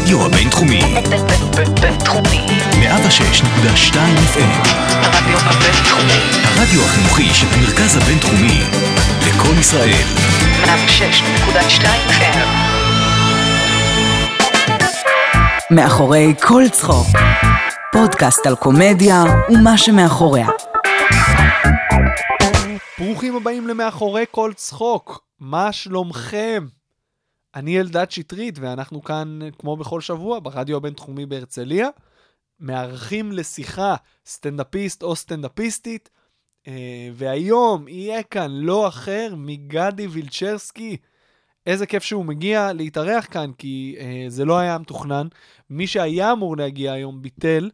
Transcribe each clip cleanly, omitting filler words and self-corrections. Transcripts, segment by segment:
הרדיו הבינתחומי. בינתחומי. 106.2 FM. הרדיו הבינתחומי. הרדיו החינוכי של המרכז הבינתחומי. לכל ישראל. 106.2 FM. מאחורי כל צחוק. פודקאסט על קומדיה ומה שמאחוריה. ברוכים הבאים למאחורי כל צחוק. מה שלומכם? אני אלדד שטרית, ואנחנו כאן, כמו בכל שבוע, ברדיו הבינתחומי בהרצליה, מארחים לשיחה סטנדאפיסט או סטנדאפיסטית, והיום יהיה כאן לא אחר מגדי וילצ'רסקי. איזה כיף שהוא מגיע להתארח כאן, כי זה לא היה מתוכנן. מי שהיה אמור להגיע היום ביטל,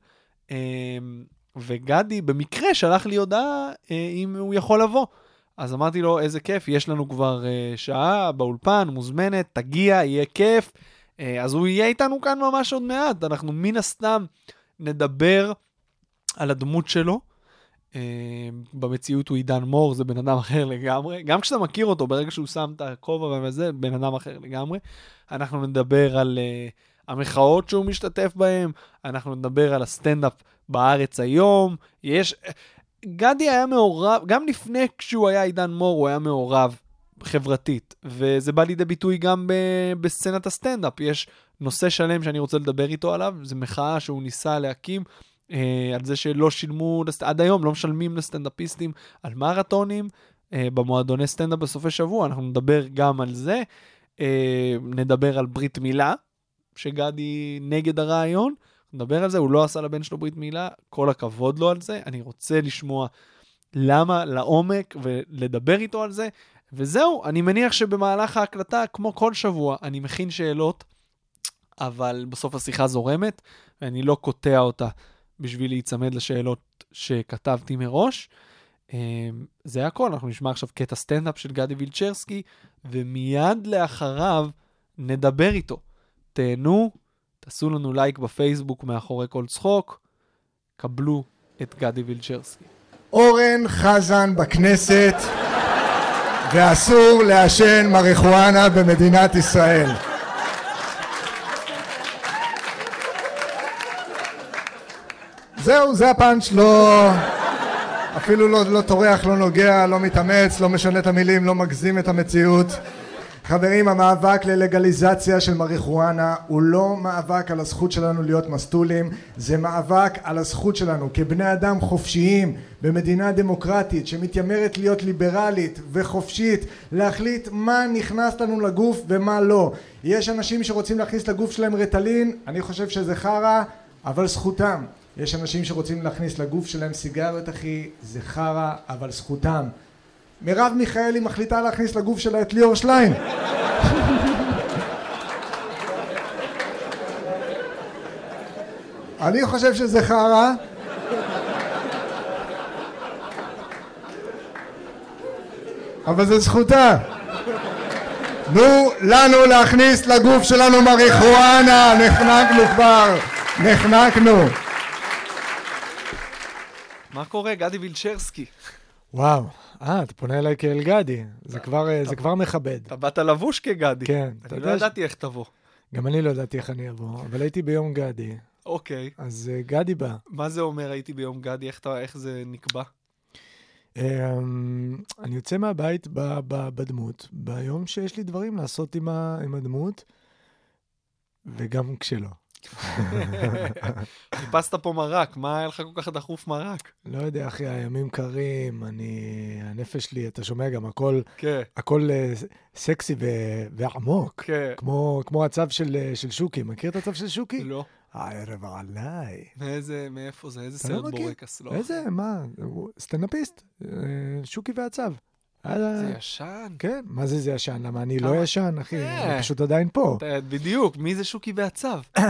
וגדי במקרה שלח לי הודעה אם הוא יכול לבוא. אז אמרתי לו, איזה כיף, יש לנו כבר שעה באולפן, מוזמנת, תגיע, יהיה כיף. אז הוא יהיה איתנו כאן ממש עוד מעט. אנחנו מן הסתם נדבר על הדמות שלו. במציאות הוא עידן מור, זה בן אדם אחר לגמרי. גם כשאתה מכיר אותו, ברגע שהוא שם את הכובע וזה, בן אדם אחר לגמרי. אנחנו נדבר על המחאות שהוא משתתף בהם, אנחנו נדבר על הסטנדאפ בארץ היום. גדי היה מעורב, גם לפני כשהוא היה עידן מור, הוא היה מעורב חברתית, וזה בא לידי ביטוי גם בסצנת הסטנדאפ. יש נושא שלם שאני רוצה לדבר איתו עליו, זה מחאה שהוא ניסה להקים, על זה שלא שילמו, עד היום לא משלמים לסטנדאפיסטים על מרתונים, במועדוני סטנדאפ בסופי שבוע. אנחנו נדבר גם על זה, נדבר על ברית מילה, שגדי נגד הרעיון, נדבר על זה, הוא לא עשה לבן שלו ברית מילה, כל הכבוד לו על זה, אני רוצה לשמוע למה לעומק ולדבר איתו על זה, וזהו, אני מניח שבמהלך ההקלטה, כמו כל שבוע, אני מכין שאלות, אבל בסוף השיחה זורמת, ואני לא קוטע אותה בשביל להיצמד לשאלות שכתבתי מראש. זה הכל, אנחנו נשמע עכשיו קטע סטנדאפ של גדי וילצ'רסקי, ומיד לאחריו נדבר איתו. תהנו, תעשו לנו לייק בפייסבוק מאחורי כל צחוק, קבלו את גדי וילצ'רסקי. אורן חזן בכנסת, ואסור לעשן מריחואנה במדינת ישראל. זהו, זה הפאנץ', אפילו לא טורח, לא נוגע, לא מתאמץ, לא משנה את המילים, לא מגזים את המציאות. חברים, המאבק ללגליזציה של מריחואנה הוא לא מאבק על הזכות שלנו להיות מסטולים, זה מאבק על הזכות שלנו כבני אדם חופשיים במדינה דמוקרטית שמתיימרת להיות ליברלית וחופשית, להחליט מה נכנס לנו לגוף ומה לא. יש אנשים שרוצים להכניס לגוף שלהם רטלין, אני חושב שזה חרה, אבל זכותם. יש אנשים שרוצים להכניס לגוף שלהם סיגריות, אחי, זה חרה, אבל זכותם. מרב מיכאלי מחליטה להכניס לגוף שלה את ליאור שליין. אני חושב שזה חרה. אבל זה זכותה. תנו לנו להכניס לגוף שלנו מריחואנה. נחנקנו כבר. נחנקנו. מה קורה, גדי וילצ'רסקי? וואו. אתה פונה אליי כאל גדי, זה כבר מכבד. אתה באת לבוש כגדי. כן. אני לא ידעתי איך תבוא. גם אני לא ידעתי איך אני אבוא, אבל הייתי ביום גדי. אוקיי. אז גדי בא. מה זה אומר הייתי ביום גדי? איך זה נקבע? אני יוצא מהבית בדמות, ביום שיש לי דברים לעשות עם הדמות, וגם כשלא. חיפשת פה מרק, מה היה לך כל כך דחוף מרק? לא יודע, אחי, הימים קרים, הנפש שלי, אתה שומע גם הכל סקסי ועמוק, כמו הצו של שוקי. מכיר את הצו של שוקי? לא. הערב עליי. מאיפה זה? איזה סרט בורקס? לא. איזה, מה? סטנדאפיסט, שוקי והצו. זה ישן? כן, מה זה ישן? למה אני לא ישן, אחי? אני פשוט עדיין פה. בדיוק, מי זה שוקי והצו?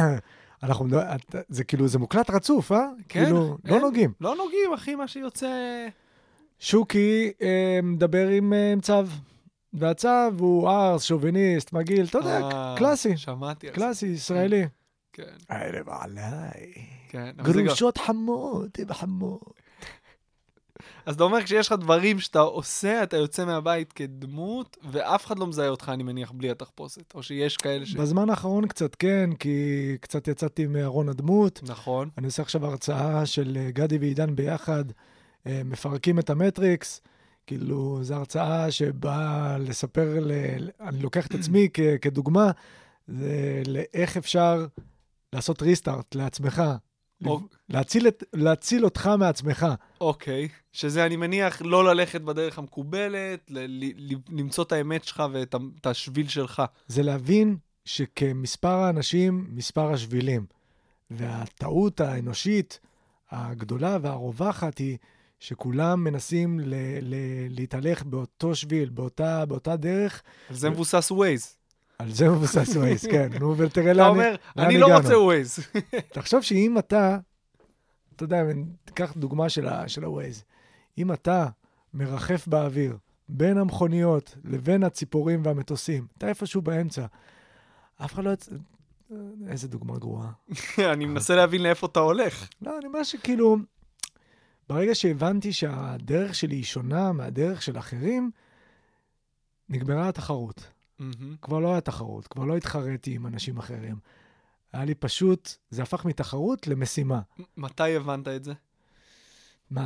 זה כאילו, זה מוקלט רצוף, אה? כן. כאילו, לא נוגעים. לא נוגעים, אחי, מה שיוצא... שוקי מדבר עם צו, והצו הוא ארס, שוביניסט, מגיל, אתה יודע, קלאסי. שמעתי. קלאסי, ישראלי. כן. הערב עליי. כן. גרושות חמוד, חמוד. אז אתה אומר, כשיש לך דברים שאתה עושה, אתה יוצא מהבית כדמות, ואף אחד לא מזהה אותך, אני מניח, בלי התחפושת. או שיש כאלה בזמן האחרון קצת כן, כי קצת יצאתי מארון הדמות. נכון. אני עושה עכשיו הרצאה של גדי ועידן ביחד, מפרקים את המטריקס. כאילו, זו הרצאה שבאה לספר, אני לוקח את עצמי כדוגמה, זה לאיך אפשר לעשות ריסטארט לעצמך. להציל אותך מעצמך. אוקיי, שזה אני מניח לא ללכת בדרך המקובלת, למצוא את האמת שלך ואת השביל שלך. זה להבין שכמספר האנשים, מספר השבילים. והטעות האנושית הגדולה והרווחת היא שכולם מנסים להתהלך באותו שביל, באותה דרך. על זה מבוסס ווייז. על זה מבוסס ווייז, כן. נו, ותראה לאן הגענו. אתה אומר, אני לא רוצה ווייז. תחשוב שאם אתה יודע, תיקח דוגמה של הווייז. אם אתה מרחף באוויר, בין המכוניות לבין הציפורים והמטוסים, אתה איפשהו באמצע, אף אחד לא... איזה דוגמה גרועה. אני מנסה להבין לאיפה אתה הולך. לא, אני אומר שכאילו, ברגע שהבנתי שהדרך שלי היא שונה מהדרך של אחרים, נגמרה התחרות. כבר לא היה תחרות, כבר לא התחרתי עם אנשים אחרים. היה לי פשוט, זה הפך מתחרות למשימה. מתי הבנת את זה? מה,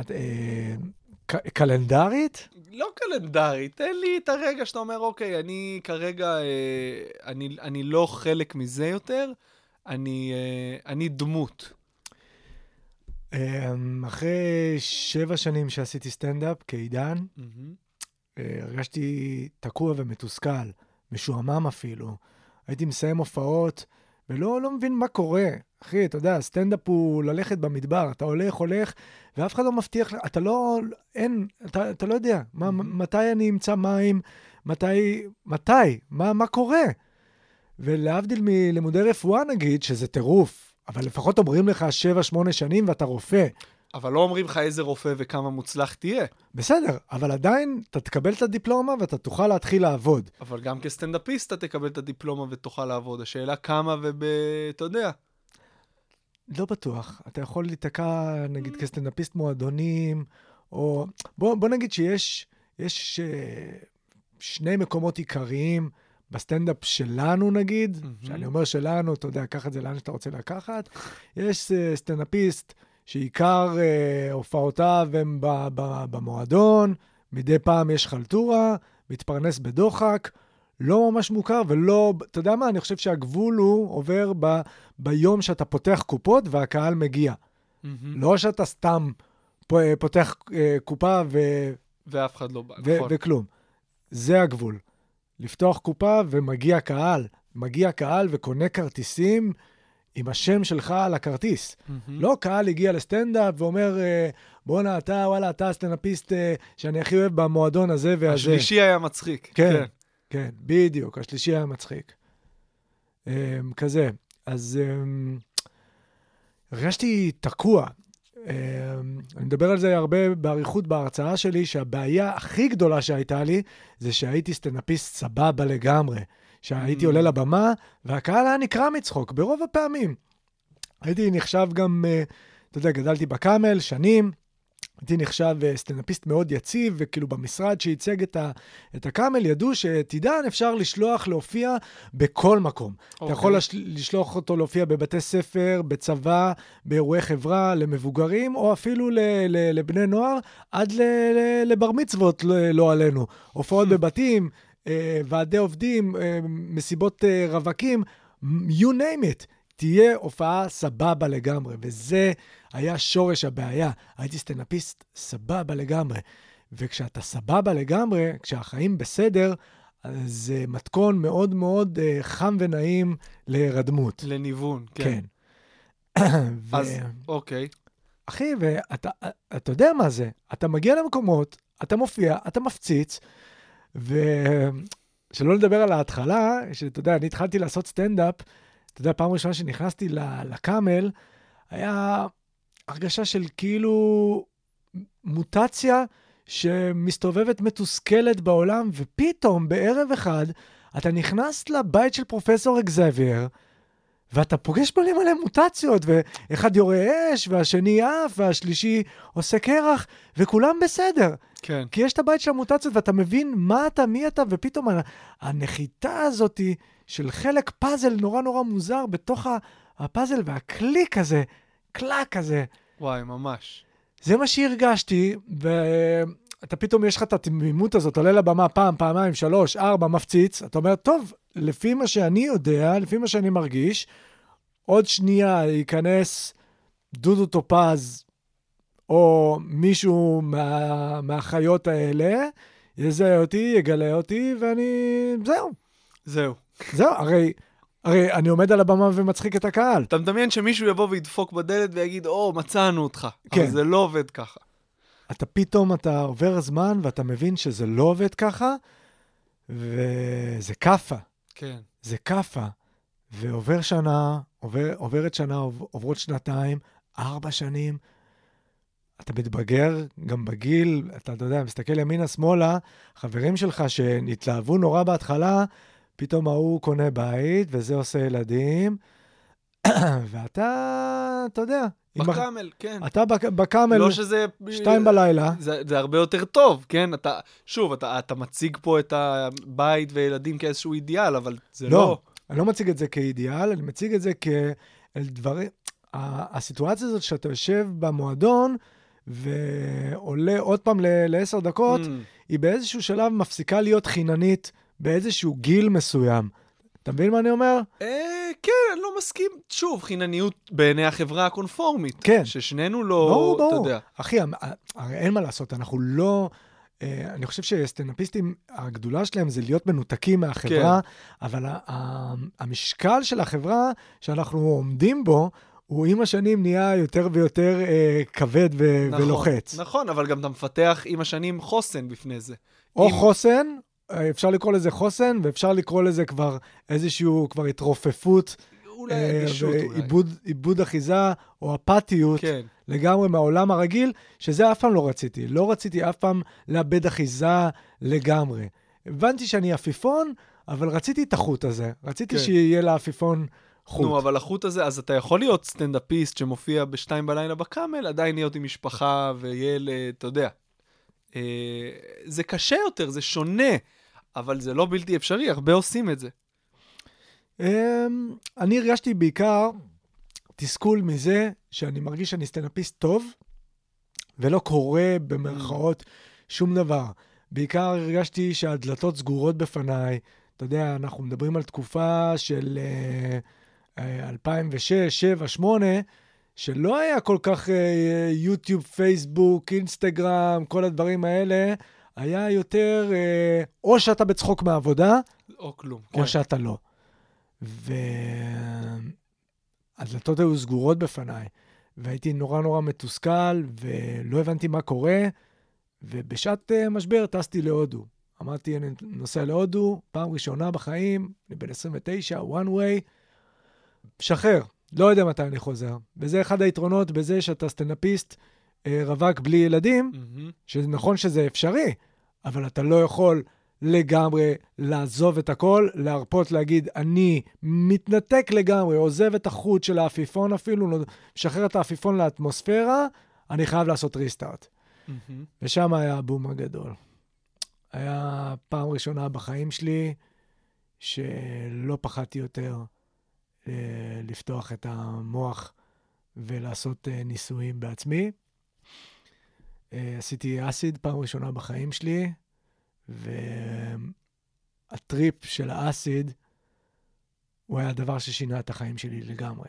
קלנדרית? לא קלנדרית, תן לי את הרגע שאתה אומר, אוקיי, אני כרגע, אני לא חלק מזה יותר, אני דמות. אחרי 7 שנים שעשיתי סטנדאפ כעידן, הרגשתי תקוע ומתוסכל, משועמם אפילו. הייתי מסיים הופעות, ולא מבין מה קורה. אחי, אתה יודע, סטנדאפ הוא ללכת במדבר, אתה הולך, ואף אחד לא מבטיח, אתה לא יודע, מתי אני אמצא מים, מה קורה? ולהבדיל מלימודי רפואה נגיד, שזה טירוף, אבל לפחות אומרים לך 7-8 שנים ואתה רופא. אבל לא אומרים לך איזה רופא וכמה מוצלח תהיה. בסדר, אבל עדיין אתה תקבל את הדיפלומה ואתה תוכל להתחיל לעבוד. אבל גם כסטנדאפיסט אתה תקבל את הדיפלומה ותוכל לעבוד. השאלה כמה אתה יודע. לא בטוח. אתה יכול להתקע, נגיד, כסטנדאפיסט מועדונים, או... בוא נגיד שיש 2 מקומות עיקריים בסטנדאפ שלנו, נגיד, שאני אומר שלנו, אתה יודע, קח את זה לאן שאתה רוצה לקחת. יש סטנדאפיסט שעיקר הופעותיו הם במועדון, מדי פעם יש חלטורה, מתפרנס בדוחק, לא ממש מוכר, ולא, אתה יודע מה, אני חושב שהגבול הוא עובר ביום שאתה פותח קופות והקהל מגיע. לא שאתה סתם פותח קופה ואף אחד לא בא. וכלום. זה הגבול. לפתוח קופה ומגיע קהל. מגיע קהל וקונה כרטיסים עם השם שלך על הכרטיס. לא קהל הגיע לסטנדאפ ואומר, בואנה, אתה הסטנדאפיסט שאני הכי אוהב במועדון הזה והזה. השלישי היה מצחיק. כן, בדיוק, השלישי היה מצחיק. כזה. אז הרגשתי תקוע. אני מדבר על זה הרבה בעריכות בהרצאה שלי, שהבעיה הכי גדולה שהייתה לי, זה שהייתי סטנדאפיסט סבבה לגמרי. שהייתי עולה לבמה, והקהל היה נקרא מצחוק, ברוב הפעמים. הייתי נחשב גם, אתה יודע, גדלתי בקאמל, שנים, הייתי נחשב סטנדאפיסט מאוד יציב, וכאילו במשרד שייצג את הקאמל, ידעו שתידן אפשר לשלוח להופיע בכל מקום. אתה יכול לשלוח אותו להופיע בבתי ספר, בצבא, באירועי חברה, למבוגרים, או אפילו לבני נוער, עד לבר מצוות לא עלינו. הופעות בבתים, ועדי עובדים, מסיבות רווקים, you name it. תהיה הופעה סבבה לגמרי, וזה היה שורש הבעיה. הייתי סטנדאפיסט סבבה לגמרי. וכשאתה סבבה לגמרי, כשהחיים בסדר, זה מתכון מאוד מאוד חם ונעים להירדמות. לניוון, כן. אז, אוקיי. אחי, ואתה יודע מה זה? אתה מגיע למקומות, אתה מופיע, אתה מפציץ, ושלא לדבר על ההתחלה, שאתה יודע, אני התחלתי לעשות סטנדאפ, אתה יודע, פעם ראשונה שנכנסתי לקאמל, היה הרגשה של כאילו מוטציה שמסתובבת מתוסכלת בעולם, ופתאום בערב אחד אתה נכנס לבית של פרופסור אקזבייר, ואתה פוגש מלא מוטציות, ואחד יורה אש, והשני אף, והשלישי עושה קרח, וכולם בסדר. כן. כי יש את הבית של המוטציות, ואתה מבין מה אתה, מי אתה, ופתאום הנחיתה הזאת של חלק פאזל נורא מוזר בתוך הפאזל, והקליק הזה, קלק הזה. וואי, ממש. זה מה שהרגשתי, ואתה פתאום יש לך את התמימות הזאת, עולה לבמה פעם, פעמיים, 3, 4, מפציץ, אתה אומר, טוב, לפי מה שאני יודע, לפי מה שאני מרגיש, עוד שנייה ייכנס דודו טופז, או מישהו מהחיות האלה, יזהה אותי, יגלה אותי, ואני... זהו. הרי אני עומד על הבמה ומצחיק את הקהל. אתה מדמיין שמישהו יבוא וידפוק בדלת ויגיד, מצאנו אותך. כן. אבל זה לא עובד ככה. אתה עובר זמן, ואתה מבין שזה לא עובד ככה, וזה קפה. כן. זה קפה. ועובר שנה, עוברת שנה, עוברות 2, 4 שנים, אתה מתבגר, גם בגיל, אתה יודע, מסתכל ימינה, שמאלה, חברים שלך שנתלהבו נורא בהתחלה, פתאום הוא קונה בית, וזה עושה ילדים, ואתה, אתה יודע... בקאמל, כן. אתה בקאמל, לא שזה... 2 בלילה. זה הרבה יותר טוב, כן? אתה מציג פה את הבית וילדים כאיזשהו אידיאל, אבל זה לא... אני לא מציג את זה כאידיאל, אני מציג את זה כדברים... הסיטואציה הזאת שאתה יושב במועדון, ועולה עוד פעם ל10 דקות, היא באיזשהו שלב מפסיקה להיות חיננית, באיזשהו גיל מסוים. אתה מבין מה אני אומר? כן, אני לא מסכים. שוב, חינניות בעיני החברה הקונפורמית. כן. ששנינו לא, אתה יודע. אחי, הרי אין מה לעשות, אנחנו לא... אני חושב שסטנדאפיסטים, הגדולה שלהם זה להיות מנותקים מהחברה, אבל המשקל של החברה שאנחנו עומדים בו, הוא עם השנים נהיה יותר ויותר כבד ולוחץ. נכון, אבל גם אתה מפתח עם השנים חוסן בפני זה. או חוסן, אפשר לקרוא לזה חוסן, ואפשר לקרוא לזה כבר איזשהו, כבר התרופפות, איבוד אחיזה, או אפתיות, לגמרי מהעולם הרגיל, שזה אף פעם לא רציתי. לא רציתי אף פעם לאבד אחיזה לגמרי. הבנתי שאני אפיפון, אבל רציתי את החוט הזה. רציתי שיהיה לאפיפון חוט. נו, אבל החוט הזה, אז אתה יכול להיות סטנדאפיסט שמופיע ב2 בלילה בקאמל, עדיין להיות עם משפחה וילד, אתה יודע. זה קשה יותר, זה שונה, אבל זה לא בלתי אפשרי, הרבה עושים את זה. אני הרגשתי בעיקר תסכול מזה שאני מרגיש שאני סטנדאפיסט טוב, ולא קורה במרכאות שום דבר. בעיקר הרגשתי שהדלתות סגורות בפניי. אתה יודע, אנחנו מדברים על תקופה של 2006, 2007, 2008, שלא היה כל כך יוטיוב, פייסבוק, אינסטגרם, כל הדברים האלה. היה יותר, או שאתה בצחוק מהעבודה, או כלום. או כן. שאתה לא. והדלתות היו סגורות בפניי, והייתי נורא מתוסכל, ולא הבנתי מה קורה, ובשעת משבר טסתי להודו. אמרתי, אני נוסע להודו, פעם ראשונה בחיים, אני בן 29, one way, שחרר, לא יודע מתי אני חוזר. וזה אחד היתרונות בזה שאתה סטנדאפיסט רווק בלי ילדים, שנכון שזה אפשרי, אבל אתה לא יכול לגמרי לעזוב את הכל, להרפות להגיד, אני מתנתק לגמרי, עוזב את החוט של האפיפון אפילו, משחרר את האפיפון לאטמוספירה, אני חייב לעשות ריסטארט. ושם היה הבום הגדול. היה פעם ראשונה בחיים שלי, שלא פחדתי יותר לפתוח את המוח ולעשות ניסויים בעצמי. עשיתי אסיד פעם ראשונה בחיים שלי, והטריפ של האסיד הוא היה הדבר ששינה את החיים שלי לגמרי.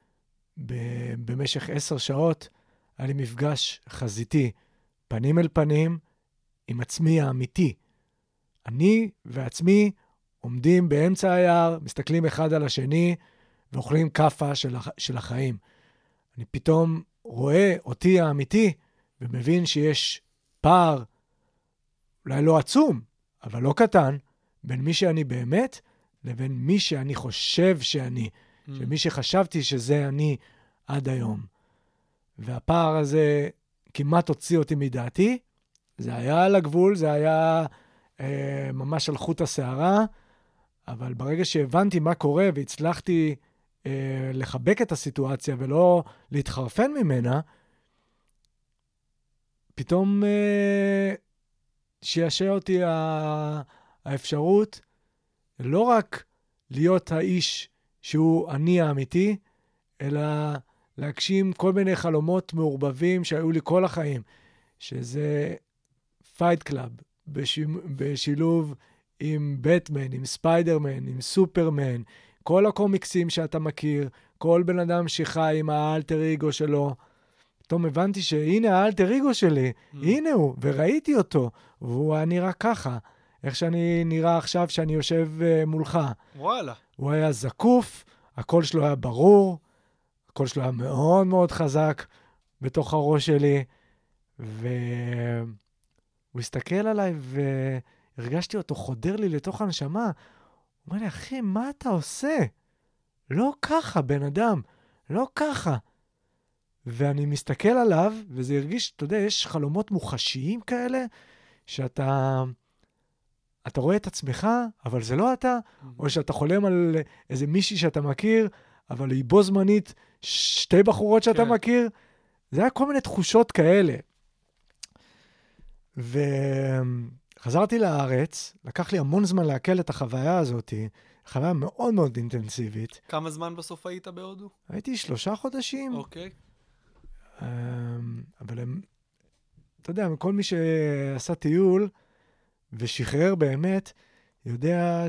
במשך 10 שעות היה לי מפגש חזיתי, פנים אל פנים, עם עצמי האמיתי. אני ועצמי עומדים באמצע היער, מסתכלים אחד על השני, ואוכלים קפה של החיים. אני פתאום רואה אותי האמיתי, ומבין שיש פער, אולי לא עצום, אבל לא קטן, בין מי שאני באמת, לבין מי שאני חושב שאני, שמי שחשבתי שזה אני עד היום. והפער הזה כמעט הוציא אותי מדעתי, זה היה על הגבול, זה היה ממש על חוט השערה, אבל ברגע שהבנתי מה קורה והצלחתי לחבק את הסיטואציה ולא להתחרפן ממנה, פתאום שישע אותי האפשרות לא רק להיות האיש שהוא אני האמיתי, אלא להגשים כל מיני חלומות מעורבבים שהיו לי כל החיים, שזה פייט קלאב, בשילוב עם בטמן, עם ספיידרמן, עם סופרמן, כל הקומיקסים שאתה מכיר, כל בן אדם שחי עם האלטר איגו שלו. פתאום הבנתי שהנה האלטר איגו שלי, הנה הוא, וראיתי אותו, והוא היה נראה ככה, איך שאני נראה עכשיו שאני יושב מולך. וואלה. הוא היה זקוף, הקול שלו היה ברור, הקול שלו היה מאוד מאוד חזק בתוך הראש שלי, והוא הסתכל עליי והרגשתי אותו חודר לי לתוך הנשמה. הוא אומר לי, אחי, מה אתה עושה? לא ככה, בן אדם, לא ככה. ואני מסתכל עליו, וזה הרגיש, אתה יודע, יש חלומות מוחשיים כאלה, שאתה רואה את עצמך, אבל זה לא אתה, או שאתה חולם על איזה מישהי שאתה מכיר, אבל היא בו זמנית שתי בחורות שאתה מכיר. זה היה כל מיני תחושות כאלה. וחזרתי לארץ, לקח לי המון זמן לעכל את החוויה הזאת, חוויה מאוד מאוד אינטנסיבית. כמה זמן בסוף היית בהודו? הייתי 3 חודשים. אוקיי. אבל אתה יודע, כל מי שעשה טיול ושחרר באמת, יודע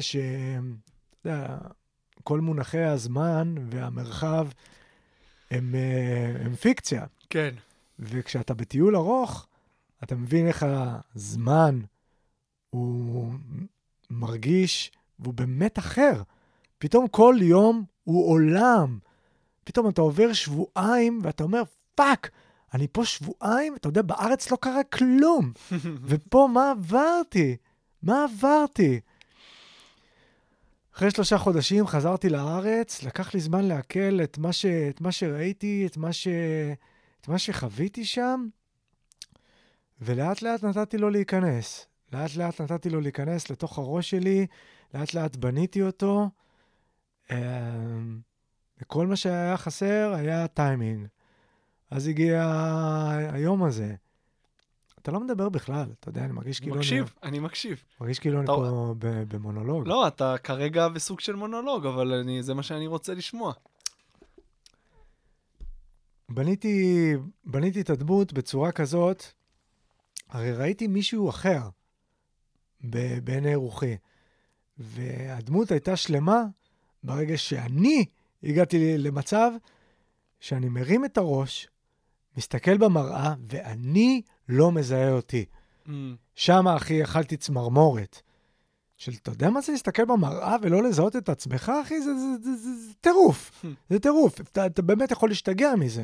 כל מונחי הזמן והמרחב הם פיקציה. כן. וכשאתה בטיול ארוך, אתה מבין איך הזמן הוא מרגיש, והוא באמת אחר. פתאום כל יום הוא עולם. פתאום אתה עובר שבועיים, ואתה אומר, פאק, אני פה שבועיים, אתה יודע, בארץ לא קרה כלום. ופה מה עברתי? מה עברתי? אחרי 3 חודשים חזרתי לארץ, לקח לי זמן לעכל את מה שראיתי, את מה שחוויתי שם, ולאט לאט נתתי לו להיכנס. לאט לאט נתתי לו להיכנס לתוך הראש שלי, לאט לאט בניתי אותו, וכל מה שהיה חסר היה טיימינג. אז הגיע היום הזה. אתה לא מדבר בכלל, אתה יודע, אני מרגיש כאילו... אני מקשיב. מרגיש כאילו אני פה במונולוג. לא, אתה כרגע בסוג של מונולוג, אבל זה מה שאני רוצה לשמוע. בניתי את הדמות בצורה כזאת, הרי ראיתי מישהו אחר בעיני רוחי, והדמות הייתה שלמה ברגע שאני הגעתי למצב שאני מרים את הראש, מסתכל במראה, ואני לא מזהה אותי. שם, אחי, אכלתי צמרמורת. אתה יודע מה זה להסתכל במראה ולא לזהות את עצמך, אחי? זה טירוף. זה טירוף. אתה באמת יכול להשתגע מזה.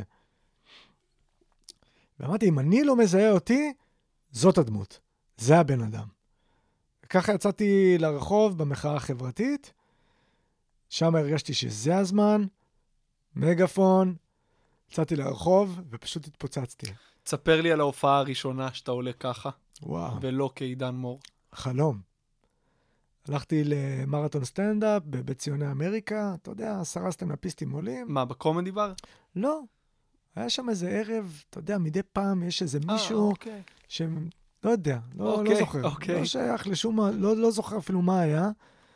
ואמרתי, אם אני לא מזהה אותי, זאת הדמות. זה הבן אדם. וככה יצאתי לרחוב במחאה החברתית, שם הרגשתי שזה הזמן, מגפון, יצאתי לרחוב ופשוט התפוצצתי. תספר לי על ההופעה הראשונה שאתה עולה ככה. וואו. ולא כעידן מור. חלום. הלכתי למרתון סטנדאפ בבית ציוני אמריקה, אתה יודע, 10 סטנדאפיסטים עולים. מה, בקומדי בר? לא. היה שם איזה ערב, אתה יודע, מדי פעם יש איזה מישהו לא יודע, לא זוכר. לא שייך לשום, לא זוכר אפילו מה היה.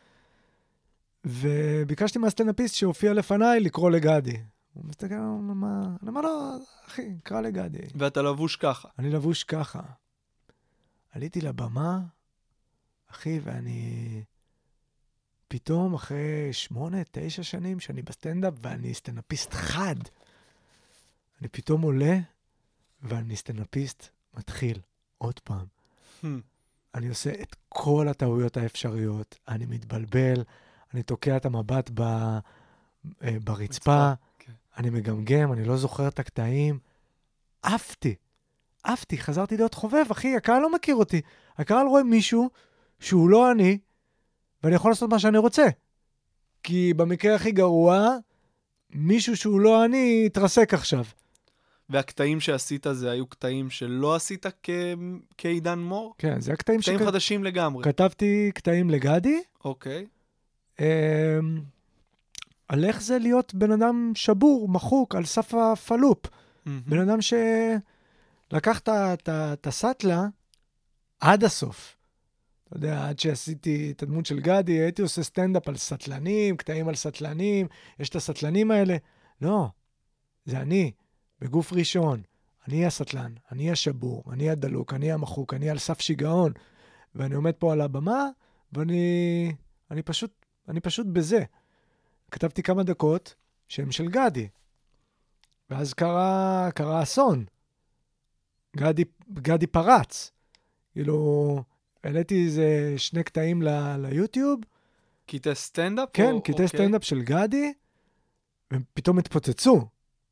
וביקשתי מהסטנדאפיסט שהופיע לפניי לקרוא לגדי. הוא מסתכל, אני אומר לו, אחי, קרא לגדי. ואתה לבוש ככה. אני לבוש ככה. עליתי לבמה, אחי, ואני פתאום אחרי 8-9 שנים שאני בסטנדאפ, ואני סטנדאפיסט חד, אני פתאום עולה, ואני סטנדאפיסט מתחיל עוד פעם. אני עושה את כל הטעויות האפשריות, אני מתבלבל, אני תוקע את המבט ברצפה, אני מגמגם, אני לא זוכר את הקטעים. עפתי, חזרתי להיות חובב, אחי, הקהל לא מכיר אותי. הקהל רואה מישהו שהוא לא אני, ואני יכול לעשות מה שאני רוצה. כי במקרה הכי גרוע, מישהו שהוא לא אני יתרסק עכשיו. והקטעים שעשית זה היו קטעים שלא עשית כעידן מור? כן, זה הקטעים קטעים חדשים לגמרי. כתבתי קטעים לגדי. אוקיי. על איך זה להיות בן אדם שבור, מחוק, על סף הפלופ. בן אדם שלקח את הסטלה עד הסוף. אתה יודע, עד שעשיתי את הדמות של גדי, הייתי עושה סטנדאפ על סטלנים, קטעים על סטלנים, יש את הסטלנים האלה. לא, זה אני, בגוף ראשון. אני הסטלן, אני השבור, אני הדלוק, אני המחוק, אני על סף שיגעון. ואני עומד פה על הבמה, ואני פשוט בזה. כתבתי כמה דקות שהם של גדי. ואז קרה אסון. גדי פרץ. כאילו, העליתי איזה 2 קטעים ליוטיוב. קטעי סטנדאפ? כן, קטעי סטנדאפ של גדי, והם פתאום התפוצצו.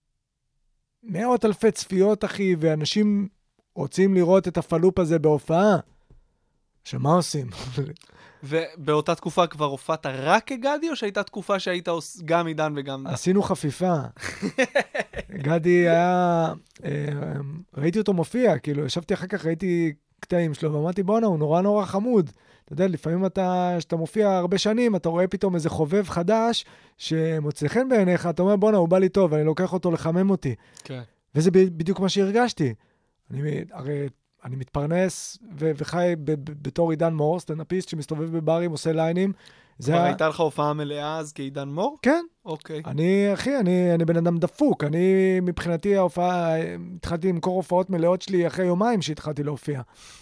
100,000 צפיות, אחי, ואנשים רוצים לראות את הפלופ הזה בהופעה. שמה עושים? ובאותה תקופה כבר הופעת רק כגדי, או שהייתה תקופה שהיית גם עידן וגם דן? עשינו חפיפה. גדי היה... ראיתי אותו מופיע, כאילו, ישבתי אחר כך, ראיתי קטעים שלו, ואמרתי, בונה, הוא נורא נורא חמוד. אתה יודע, לפעמים שאתה מופיע הרבה שנים, אתה רואה פתאום איזה חובב חדש, שמוצא חן בעיניך, אתה אומר, בונה, הוא בא לי טוב, אני לוקח אותו לחמם אותי. כן. וזה בדיוק מה שהרגשתי. הרי אני מתפרנס וחי בתור עידן מור, סטנדאפיסט שמסתובב בברים, עושה ליינים. כבר הייתה לך הופעה מלאה אז כעידן מור? כן. אוקיי. אני בן אדם דפוק. אני, מבחינתי, ההופעה, התחלתי למכור הופעות מלאות שלי אחרי יומיים שהתחלתי להופיע.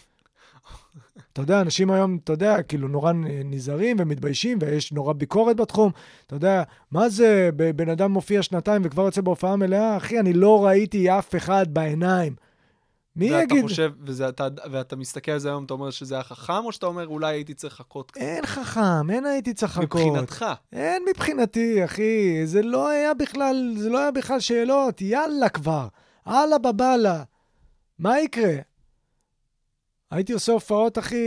אתה יודע, אנשים היום, אתה יודע, כאילו נורא נזהרים ומתביישים, ויש נורא ביקורת בתחום. אתה יודע, מה זה, בן אדם מופיע 2 וכבר יוצא בהופעה מלאה? אחי, אני לא ראיתי אף אחד בעיניים. מי יגיד? ואתה חושב, ואתה מסתכל על זה היום, אתה אומר שזה היה חכם, או שאתה אומר, אולי הייתי צריך לחכות? אין חכם, אין הייתי צריך לחכות. מבחינתך? אין מבחינתי, אחי. זה לא היה בכלל שאלות. יאללה כבר. הלאה בבאללה. מה יקרה? הייתי עושה הופעות, אחי,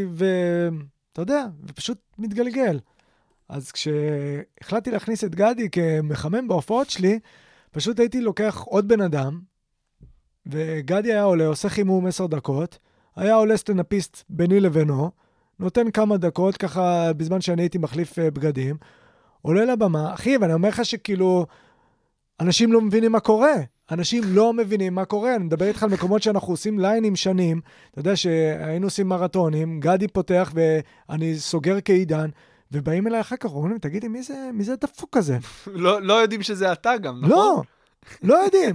ואתה יודע, ופשוט מתגלגל. אז כשהחלטתי להכניס את גדי כמחמם בהופעות שלי, פשוט הייתי לוקח עוד בן אדם, וגדי היה עולה, עושה חימום 10 דקות, היה עולה סטנדאפיסט ביני לבינו, נותן כמה דקות, ככה בזמן שאני הייתי מחליף בגדים, עולה לבמה, אחי, ואני אומר לך שכאילו, אנשים לא מבינים מה קורה. אנשים לא מבינים מה קורה. אני מדבר איתך על מקומות שאנחנו עושים ליינים שנים. אתה יודע שהיינו עושים מרתונים, גדי פותח ואני סוגר כעידן, ובאים אליי אחר כך, אומרים, תגידי, מי זה הדפוק הזה? לא יודעים שזה אתה גם, נכון? לא יודעים.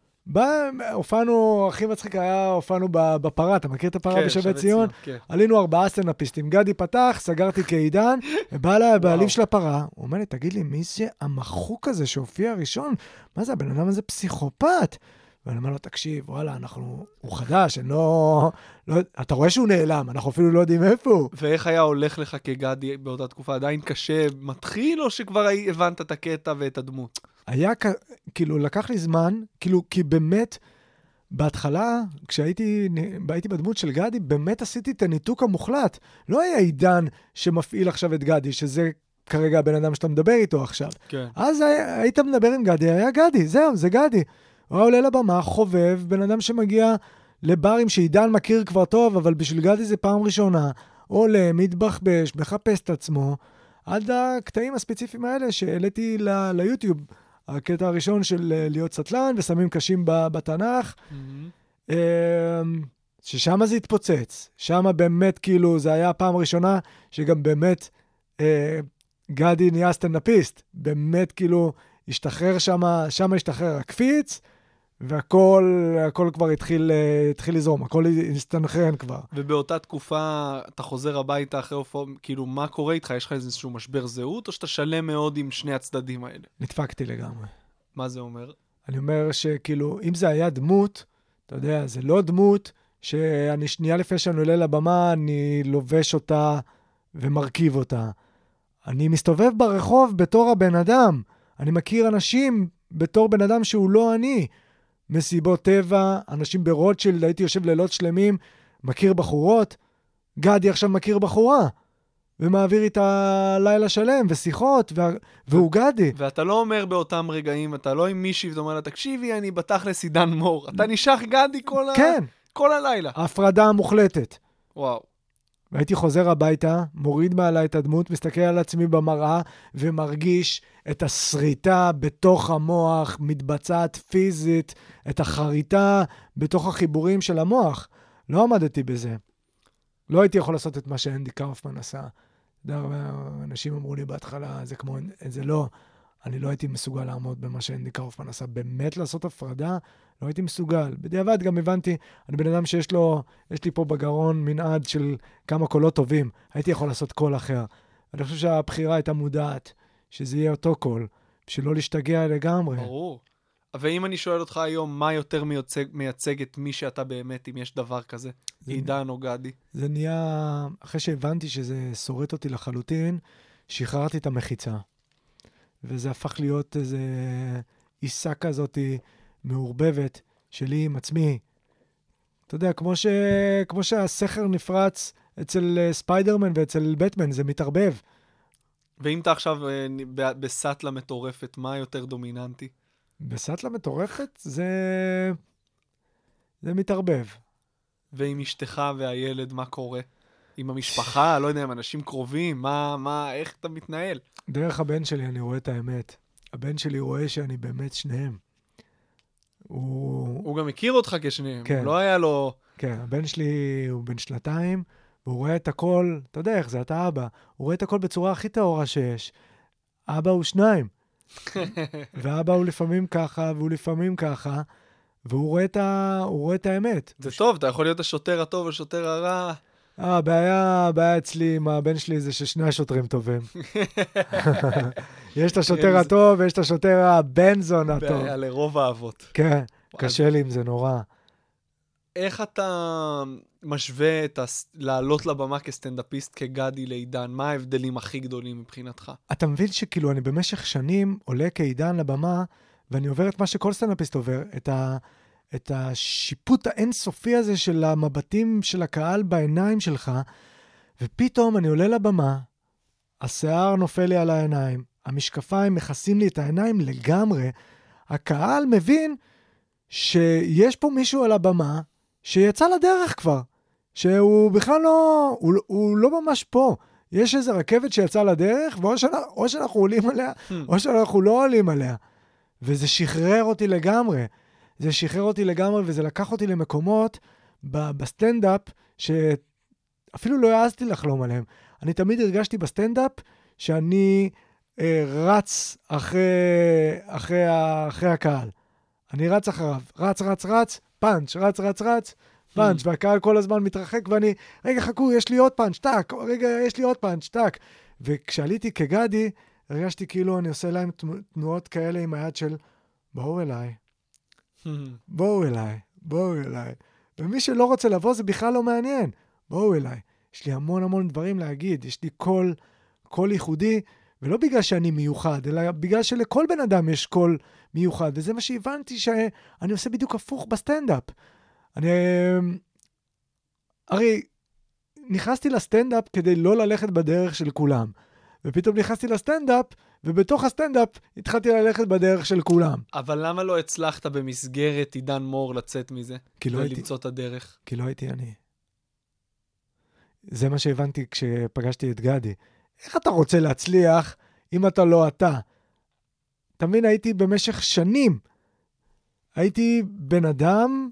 הופענו, הכי מצחיק היה, הופענו בפרה, אתה מכיר את הפרה בשבי ציון? עלינו 4 סטנדאפיסטים, גדי פתח, סגרתי כעידן, ובא לה הבעלים של הפרה, הוא אומר לי, תגיד לי, מי זה המחוק הזה שהופיע ראשון? מה זה, הבן אדם הזה פסיכופת? ואני אומר לו, תקשיב, וואלה, הוא חדש, אתה רואה שהוא נעלם, אנחנו אפילו לא יודעים איפה הוא. ואיך היה הולך לך כגדי באותה תקופה? עדיין קשה, מתחיל, או שכבר הבנת את הקטע ואת הדמות? היה, כאילו, לקח לי זמן, כאילו, כי באמת, בהתחלה, כשהייתי בדמות של גדי, באמת עשיתי את הניתוק המוחלט. לא היה עידן שמפעיל עכשיו את גדי, שזה כרגע הבן אדם שאתה מדבר איתו עכשיו. כן. אז היית מדבר עם גדי, היה גדי, זהו, זה גדי. הוא עולה לבמה, חובב, בן אדם שמגיע לברים שעידן מכיר כבר טוב, אבל בשביל גדי זה פעם ראשונה, עולה, מתבחבש, מחפש את עצמו, עד הקטעים הספציפיים האלה שהעליתי ליוטיוב. הקטע הראשון של להיות סטלן ושמים קשים בתנ"ך, ששם זה התפוצץ. שם באמת, כאילו, זה היה הפעם הראשונה שגם באמת גדי נהיה סטנדאפיסט. באמת, כאילו, השתחרר שם השתחרר הקפיץ, והכל כבר התחיל לזרום, הכל הסתנכרן כבר. ובאותה תקופה אתה חוזר הביתה אחרי הופעות, כאילו מה קורה איתך? יש לך איזשהו משבר זהות, או שאתה שלם מאוד עם שני הצדדים האלה? נדפקתי לגמרי. מה זה אומר? אני אומר שכאילו, אם זה היה דמות, אתה יודע, זה לא דמות שאני שנייה לפני שאני עולה לבמה, אני לובש אותה ומרכיב אותה. אני מסתובב ברחוב בתור הבן אדם. אני מכיר אנשים בתור בן אדם שהוא לא אני. מסיבות טבע, אנשים ברוטשילד, הייתי יושב לילות שלמים, מכיר בחורות. גדי עכשיו מכיר בחורה. ומעביר איתה לילה שלם, ושיחות, והוא גדי. ואתה לא אומר באותם רגעים, אתה לא עם מישהי, ואתה אומר לה, תקשיבי, אני בתכלס עידן מור. אתה נשאר גדי כל הלילה. ההפרדה המוחלטת. וואו. והייתי חוזר הביתה, מוריד מעלה את הדמות, מסתכל על עצמי במראה, ומרגיש את הסריטה בתוך המוח, מתבצעת פיזית, את החריטה בתוך החיבורים של המוח. לא עמדתי בזה. לא הייתי יכול לעשות את מה שאנדי קאופמן עשה. אנשים אמרו לי בהתחלה, זה לא, אני לא הייתי מסוגל לעמוד במה שאנדי קאופמן עשה. באמת לעשות הפרדה, לא הייתי מסוגל. בדיעבד גם הבנתי, אני בן אדם יש לי פה בגרון מנעד של כמה קולות טובים. הייתי יכול לעשות קול אחר. אני חושב שהבחירה הייתה מודעת, שזה יהיה אותו קול, בשביל לא להשתגע לגמרי. ברור. ואם אני שואל אותך היום, מה יותר מייצג את מי שאתה באמת, אם יש דבר כזה? עידן או גדי? זה נהיה, אחרי שהבנתי שזה שורט אותי לחלוטין, שחררתי את המחיצה. וזה הפך להיות איזה עיסה כזאת מעורבבת שלי עם עצמי. אתה יודע, כמו שהסכר נפרץ אצל ספיידרמן ואצל בטמן, זה מתערבב. ואם אתה עכשיו בסטלה מטורפת, מה יותר דומיננטי? בסטלה מטורפת זה מתערבב. ועם אשתך והילד, מה קורה? עם המשפחה, לא יודע, עם אנשים קרובים, איך אתה מתנהל? דרך הבן שלי אני רואה את האמת. הבן שלי רואה שאני באמת שניהם. הוא גם הכיר אותך כשניהם, כן. לא היה לו... כן, הבן שלי הוא בן 2, והוא רואה את הכל, אתה יודע איך זה, אתה אבא, הוא רואה את הכל בצורה הכי טהורה שיש. אבא הוא 2. ואבא הוא לפעמים ככה, והוא לפעמים ככה, והוא רואה את האמת. זה טוב, אתה יכול להיות השוטר הטוב, השוטר הרע. הבעיה אצלי עם הבן שלי זה ששני השוטרים טובים. יש את השוטר הטוב ויש את השוטר הבן זון הטוב. בעיה לרוב האבות. כן, קשה לי עם זה נורא. איך אתה משווה לעלות לבמה כסטנדאפיסט כגדי לעידן? מה ההבדלים הכי גדולים מבחינתך? אתה מבין שכאילו אני במשך שנים עולה כעידן לבמה, ואני עובר את מה שכל סטנדאפיסט עובר, את השיפוט האינסופי הזה של המבטים של הקהל בעיניים שלך, ופתאום אני עולה לבמה, השיער נופל לי על העיניים, המשקפיים מכסים לי את העיניים לגמרי, הקהל מבין שיש פה מישהו על הבמה שיצא לדרך כבר, שהוא בכלל לא, הוא לא ממש פה. יש איזו רכבת שיצאה לדרך, או שאנחנו עולים עליה, או שאנחנו לא עולים עליה. וזה שחרר אותי לגמרי. זה שחרר אותי לגמרי, וזה לקח אותי למקומות בסטנדאפ, שאפילו לא העזתי לחלום עליהם. אני תמיד הרגשתי בסטנדאפ, שאני רץ אחרי הקהל. אני רץ אחריו. רץ, פאנץ', רץ, פאנץ', והקהל כל הזמן מתרחק, ואני, רגע, חכו, יש לי עוד פאנץ', טק, רגע, יש לי עוד פאנץ', טק. וכשעליתי כגדי, הרגשתי כאילו אני עושה להם תנועות כאלה עם היד של, בואו אליי. ומי שלא רוצה לבוא זה בכלל לא מעניין. בואו אליי. יש לי המון דברים להגיד, יש לי קול ייחודי, ולא בגלל שאני מיוחד, אלא בגלל שלכל בן אדם יש קול מיוחד, וזה מה שהבנתי שאני עושה בדיוק הפוך בסטנדאפ. הרי נכנסתי לסטנדאפ כדי לא ללכת בדרך של כולם, ופתאום נכנסתי לסטנדאפ, ובתוך הסטנדאפ התחלתי ללכת בדרך של כולם. אבל למה לא הצלחת במסגרת עידן מור לצאת מזה? כי לא הייתי. ולמצוא את הדרך? כי לא הייתי אני. זה מה שהבנתי כשפגשתי את גדי. איך אתה רוצה להצליח אם אתה לא אתה? תמיד הייתי במשך שנים. הייתי בן אדם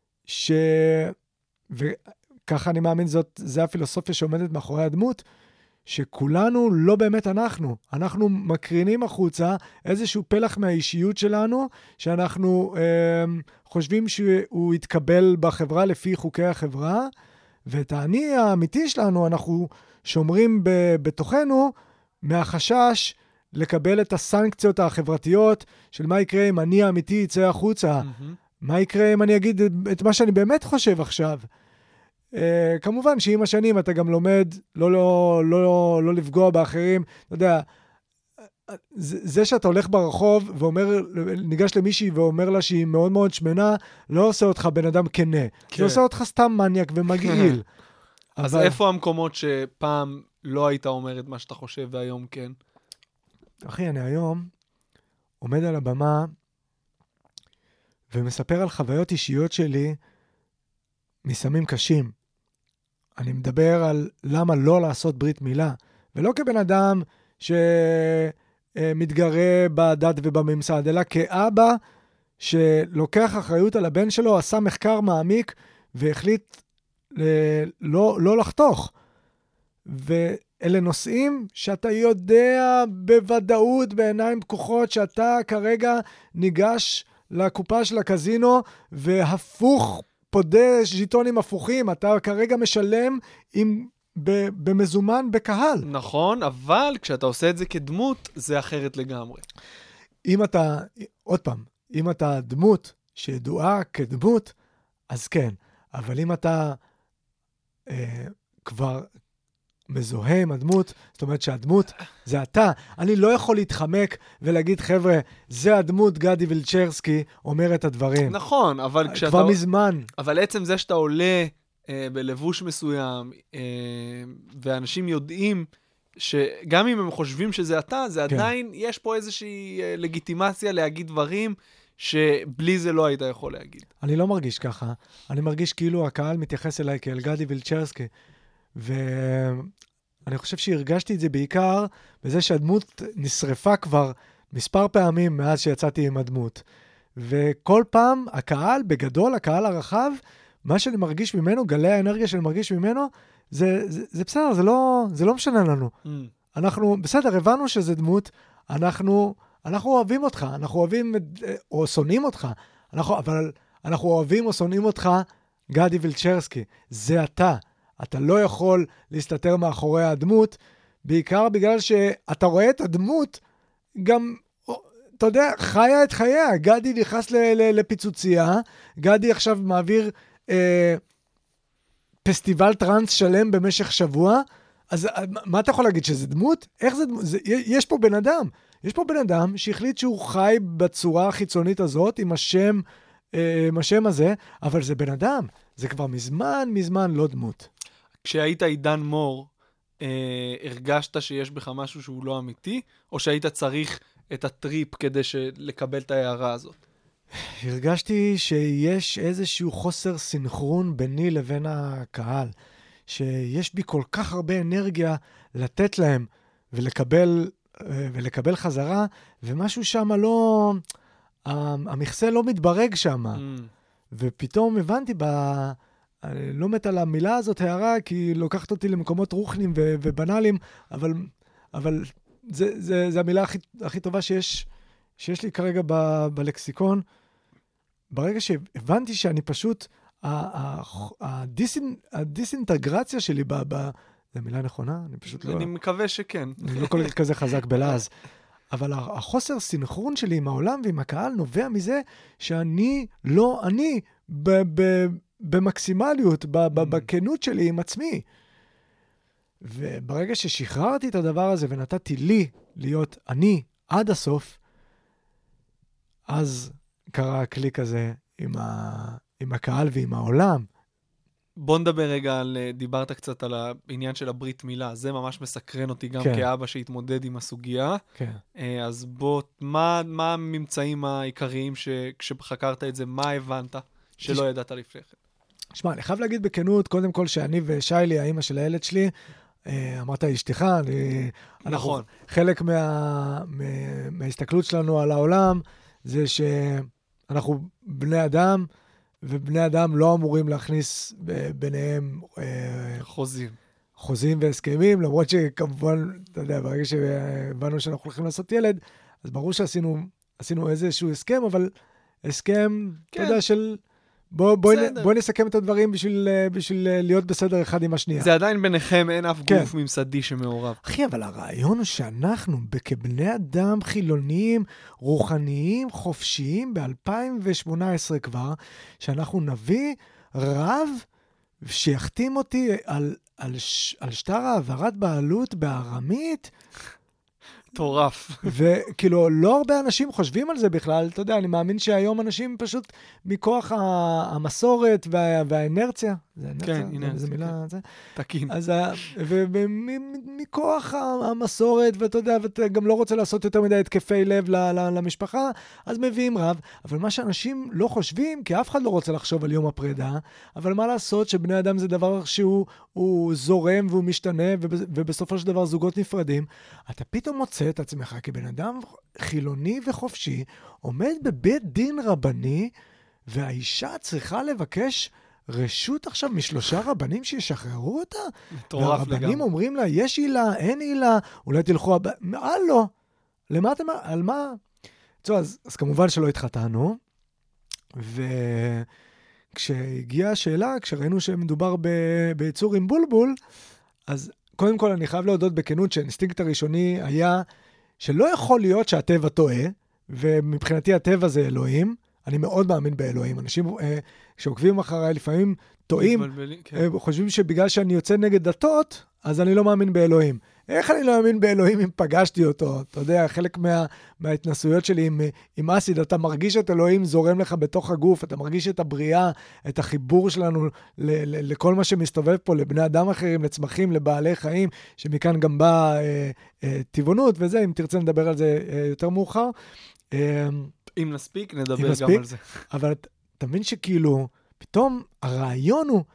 וככה אני מאמין, זה הפילוסופיה שעומדת מאחורי הדמות, שכולנו לא באמת אנחנו מקרינים החוצה איזשהו פלח מהאישיות שלנו, שאנחנו חושבים שהוא יתקבל בחברה לפי חוקי החברה, ואת האני האמיתי שלנו אנחנו שומרים בתוכנו מהחשש לקבל את הסנקציות החברתיות של מה יקרה אם אני האמיתי יצא החוצה, מה יקרה אם אני אגיד את מה שאני באמת חושב עכשיו. כמובן שעם השנים אתה גם לומד לא לפגוע באחרים. אתה יודע, זה שאתה הולך ברחוב ואומר, ניגש למישהי ואומר לה שהיא מאוד מאוד שמנה, לא עושה אותך בן אדם כנה. זה עושה אותך סתם מניאק ומגעיל. אז איפה המקומות שפעם לא היית אומר את מה שאתה חושב והיום כן? אחי, אני היום עומד על הבמה ומספר על חוויות אישיות שלי מסמים קשים. אני מדבר על למה לא לעשות ברית מילה, ולא כבן אדם שמתגרה בדת ובממסד, אלא כאבא שלוקח אחריות על הבן שלו, עשה מחקר מעמיק והחליט לא לחתוך. ואלה נושאים שאתה יודע בוודאות בעיניים פקוחות שאתה כרגע ניגש לקופה של הקזינו והפוך פודה ז'יטונים הפוכים, אתה כרגע משלם במזומן בקהל. נכון, אבל כשאתה עושה את זה כדמות, זה אחרת לגמרי. אם אתה, עוד פעם, אם אתה דמות שידועה כדמות, אז כן. אבל אם אתה כבר מזוהה עם הדמות, זאת אומרת שהדמות זה אתה. אני לא יכול להתחמק ולהגיד, חבר'ה, זה הדמות גדי וילצ'רסקי אומר את הדברים. נכון, אבל כשאתה... כבר מזמן. אבל עצם זה שאתה עולה בלבוש מסוים, ואנשים יודעים שגם אם הם חושבים שזה אתה, זה עדיין, יש פה איזושהי לגיטימציה להגיד דברים שבלי זה לא היית יכול להגיד. אני לא מרגיש ככה. אני מרגיש כאילו הקהל מתייחס אליי כאל גדי וילצ'רסקי. ואני חושב שהרגשתי את זה בעיקר בזה שהדמות נשרפה כבר מספר פעמים מאז שיצאתי עם הדמות. וכל פעם הקהל, בגדול, הקהל הרחב, מה שאני מרגיש ממנו, גלי האנרגיה שאני מרגיש ממנו, זה בסדר, זה לא משנה לנו. אנחנו, בסדר, הבנו שזה דמות, אנחנו אוהבים אותך, אנחנו אוהבים או שונאים אותך, אבל אנחנו אוהבים או שונאים אותך, גדי וילצ'רסקי. זה אתה. אתה לא יכול להסתתר מאחורי הדמות, בעיקר בגלל שאתה רואה את הדמות, גם, אתה יודע, חיה את חייה. גדי נכנס לפיצוצייה, גדי עכשיו מעביר פסטיבל טרנס שלם במשך שבוע, אז מה אתה יכול להגיד, שזה דמות? איך זה דמות? יש פה בן אדם. יש פה בן אדם שהחליט שהוא חי בצורה החיצונית הזאת, עם השם הזה, אבל זה בן אדם. זה כבר מזמן לא דמות. כשהיית עידן מור, הרגשת שיש בך משהו שהוא לא אמיתי, או שהיית צריך את הטריפ כדי לקבל את ההערה הזאת? הרגשתי שיש איזשהו חוסר סינכרון ביני לבין הקהל, שיש בי כל כך הרבה אנרגיה לתת להם ולקבל חזרה, ומשהו שם לא, המכסה לא מתברג שם. ופתאום הבנתי אני לא מת על המילה הזאת, הערה, כי היא לוקחת אותי למקומות רוחנים ובנאליים, אבל זה המילה הכי טובה שיש לי כרגע בלקסיקון. ברגע שהבנתי שאני פשוט, הדיסאינטגרציה שלי, זו מילה נכונה? אני פשוט לא... אני מקווה שכן. אני לא כל כזה חזק בלעז. אבל החוסר סינכרון שלי עם העולם ועם הקהל נובע מזה שאני לא אני במקסימליות, בכנות שלי עם עצמי. וברגע ששחררתי את הדבר הזה ונתתי לי להיות אני עד הסוף, אז קרה הקליק הזה עם הקהל ועם העולם. בוא נדבר רגע דיברת קצת על העניין של הברית מילה, זה ממש מסקרן אותי גם כאבא שהתמודד עם הסוגיה. אז בוא, מה הממצאים העיקריים כשחקרת את זה, מה הבנת שלא ידעת לפני כן? שמע, אני חייב להגיד בכנות, קודם כל שאני ושיילי, האמא של הילד שלי, אמרת אשתך, נכון. חלק מההסתכלות שלנו על העולם, זה שאנחנו בני אדם, ובני אדם לא אמורים להכניס ביניהם חוזים והסכמים, למרות שכמובן, אתה יודע, ברגע שהבנו שאנחנו הולכים לעשות ילד, אז ברור שעשינו איזשהו הסכם, אבל הסכם, אתה יודע, של בוא נסכם את הדברים בשביל להיות בסדר אחד עם השנייה. זה עדיין ביניכם, אין אף גוף ממסדי שמעורב. אחי, אבל הרעיון הוא שאנחנו, כבני אדם חילוניים, רוחניים, חופשיים, ב-2018 כבר, שאנחנו נביא רב שיחתים אותי על שטר העברת בעלות בארמית. מטורף. וכאילו, לא הרבה אנשים חושבים על זה בכלל, אתה יודע, אני מאמין שהיום אנשים פשוט מכוח המסורת והאינרציה, זה אינרציה, זה מילה, זה? תקין. אז, ומכוח המסורת, ואתה יודע, ואתה גם לא רוצה לעשות יותר מדי התקפי לב למשפחה, אז מביאים רב, אבל מה שאנשים לא חושבים, כי אף אחד לא רוצה לחשוב על יום הפרידה, אבל מה לעשות שבני אדם זה דבר שהוא זורם והוא משתנה, ובסופו של דבר זוגות נפרדים, אתה פתאום מוצא את עצמך כבן אדם חילוני וחופשי, עומד בבית דין רבני, והאישה צריכה לבקש רשות עכשיו משלושה רבנים שישחררו אותה? מטורף לגמרי. והרבנים אומרים לה, יש עילה, אין עילה, אולי תלכו לא. למה אתם, על מה? אז כמובן שלא התחתנו, וכשהגיעה השאלה, כשראינו שמדובר ביצור עם בולבול, אז קודם כל אני חייב להודות בכנות שהאינסטינקט הראשוני היה שלא יכול להיות שהטבע טועה, ומבחינתי הטבע זה אלוהים, אני מאוד מאמין באלוהים. אנשים שעוקבים אחריי לפעמים טועים, חושבים שבגלל שאני יוצא נגד דתות, אז אני לא מאמין באלוהים. איך אני לא מאמין באלוהים אם פגשתי אותו? אתה יודע, חלק מההתנסויות שלי עם אסיד, אתה מרגיש את אלוהים זורם לך בתוך הגוף, אתה מרגיש את הבריאה, את החיבור שלנו לכל מה שמסתובב פה, לבני אדם אחרים, לצמחים, לבעלי חיים, שמכאן גם באה טבעונות וזה, אם תרצה נדבר על זה יותר מאוחר. אם נספיק, נדבר גם על זה. אבל אתה מבין שכאילו, פתאום הרעיון הוא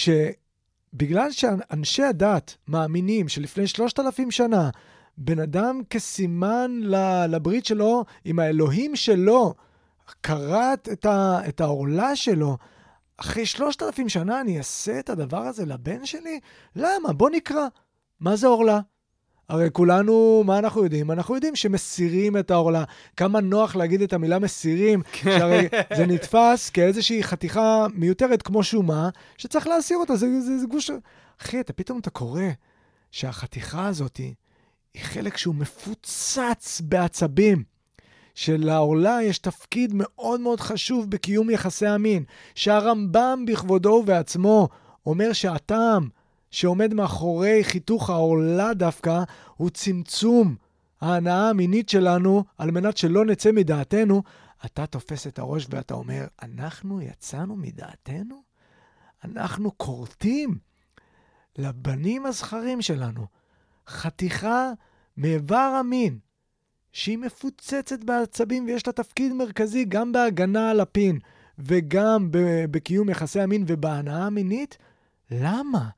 שבגלל שאנשי הדת מאמינים שלפני 3,000 שנה, בן אדם כסימן לברית שלו, עם האלוהים שלו, קראת את העורלה שלו, אחרי 3,000 שנה אני אעשה את הדבר הזה לבן שלי? למה? בוא נקרא. מה זה עורלה? הרי כולנו, מה אנחנו יודעים? אנחנו יודעים שמסירים את העורלה. כמה נוח להגיד את המילה מסירים, שהרי זה נתפס כאיזושהי חתיכה מיותרת כמו שומה, שצריך להסיר אותה, זה גוש... אחי, אתה קורא שהחתיכה הזאת היא חלק שהוא מפוצץ בעצבים, שלעורלה יש תפקיד מאוד מאוד חשוב בקיום יחסי המין, שהרמב"ם בכבודו ובעצמו אומר שהטעם שעומד מאחורי חיתוך העורלה דווקא, הוא צמצום ההנאה המינית שלנו, על מנת שלא נצא מדעתנו. אתה תופס את הראש ואתה אומר, אנחנו יצאנו מדעתנו? אנחנו קורטים לבנים הזכרים שלנו חתיכה מאיבר המין, שהיא מפוצצת בעצבים ויש לה תפקיד מרכזי גם בהגנה על הפין, וגם בקיום יחסי המין ובהנאה המינית. למה?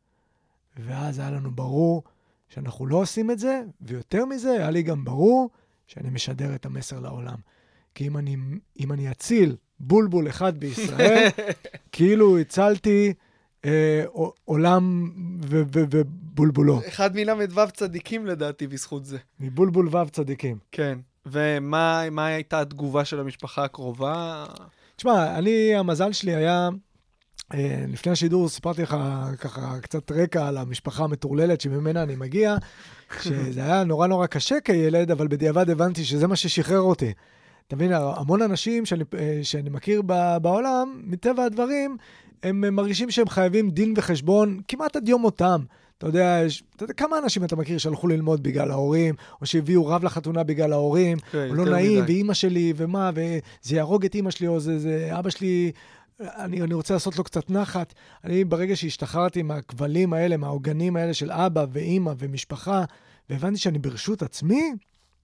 ואז היה לנו ברור שאנחנו לא עושים את זה, ויותר מזה היה לי גם ברור שאני משדר את המסר לעולם. כי אם אני אציל בולבול אחד בישראל, כאילו הצלתי עולם ובולבולו. אחד מל"ו צדיקים לדעתי בזכות זה. מבולבול ו"ו צדיקים. כן. ומה הייתה התגובה של המשפחה הקרובה? תשמע, המזל שלי היה... לפני השידור סיפרתי לך ככה קצת רקע על המשפחה המטורללת שממנה אני מגיע, שזה היה נורא נורא קשה כילד, אבל בדיעבד הבנתי שזה מה ששחרר אותי. אתה מבין, המון אנשים שאני מכיר בעולם, מטבע הדברים, הם מרגישים שהם חייבים דין וחשבון כמעט עד יום מותם. אתה יודע, כמה אנשים אתה מכיר שהלכו ללמוד בגלל ההורים, או שהביאו רב לחתונה בגלל ההורים, או לא נעים, ואמא שלי, ומה, וזה יהרוג את אמא שלי, או זה אבא שלי... אני רוצה לעשות לו קצת נחת. אני ברגע שהשתחררתי מהכבלים האלה, מהעוגנים האלה של אבא ואמא ומשפחה, והבנתי שאני ברשות עצמי,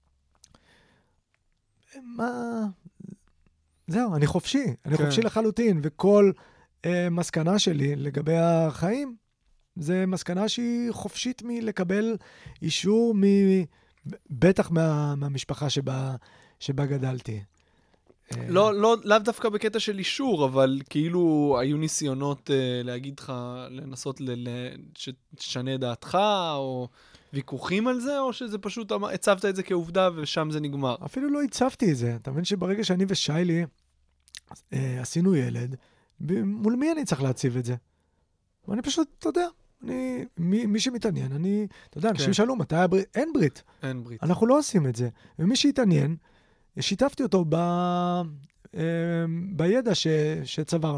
זהו, אני חופשי. אני חופשי לחלוטין, וכל מסקנה שלי לגבי החיים, זה מסקנה שהיא חופשית מלקבל אישור בטח מהמשפחה שבה גדלתי. לאו דווקא בקטע של אישור, אבל כאילו היו ניסיונות להגיד לך, לנסות שתשנה דעתך, או ויכוחים על זה, או שזה פשוט הצבת את זה כעובדה ושם זה נגמר? אפילו לא הצבתי את זה. אתה מבין שברגע שאני ושיילי עשינו ילד, מול מי אני צריך להציב את זה? ואני פשוט, אתה יודע, מי שמתעניין, אתה יודע, אנשים שאלו מתי הברית? אין ברית. אין ברית. אנחנו לא עושים את זה. ומי שהתעניין, שיתפתי אותו בידע שצברנו.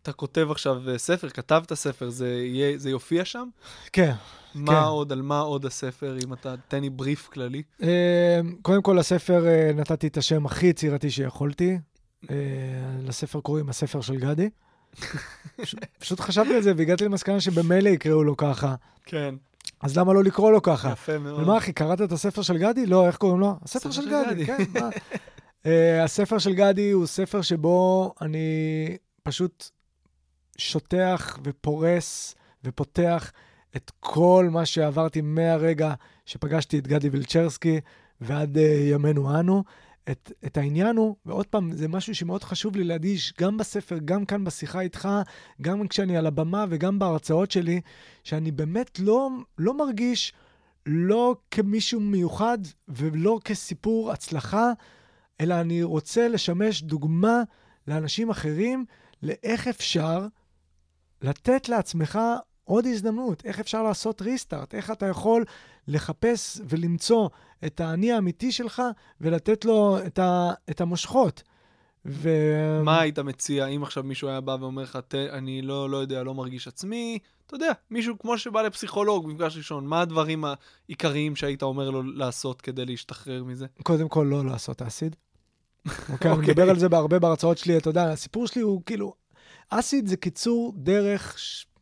אתה כותב עכשיו ספר, כתבת ספר, זה יופיע שם? כן. על מה עוד הספר, אם אתה תן לי בריף כללי? קודם כל, הספר נתתי את השם הכי יצירתי שיכולתי. לספר קוראים הספר של גדי. פשוט חשבתי על זה והגעתי למסקנה שבמילא יקראו לו ככה. כן. אז למה לא לקרוא לו ככה? יפה מאוד. ומה אחי, קראת את הספר של גדי? לא, איך קוראים לו? הספר של גדי, כן. הספר של גדי הוא ספר שבו אני פשוט שוטח ופורס ופותח את כל מה שעברתי מהרגע שפגשתי את גדי וילצ'רסקי ועד ימינו אנו. את העניין הוא, ועוד פעם, זה משהו שמאוד חשוב לי להדגיש, גם בספר, גם כאן בשיחה איתך, גם כשאני על הבמה וגם בהרצאות שלי, שאני באמת לא מרגיש לא כמישהו מיוחד ולא כסיפור הצלחה, אלא אני רוצה לשמש דוגמה לאנשים אחרים, לאיך אפשר לתת לעצמך עוד הזדמנות, איך אפשר לעשות ריסטארט, איך אתה יכול לחפש ולמצוא את האני האמיתי שלך ולתת לו את המושכות. מה היית מציע אם עכשיו מישהו היה בא ואומר לך, אני לא יודע, לא מרגיש עצמי, אתה יודע, מישהו כמו שבא לפסיכולוג במפגש ראשון, מה הדברים העיקריים שהיית אומר לו לעשות כדי להשתחרר מזה? קודם כל לא לעשות אסיד. אוקיי, אני מדבר על זה בהרבה בהרצאות שלי, אתה יודע, הסיפור שלי הוא כאילו, אסיד זה קיצור דרך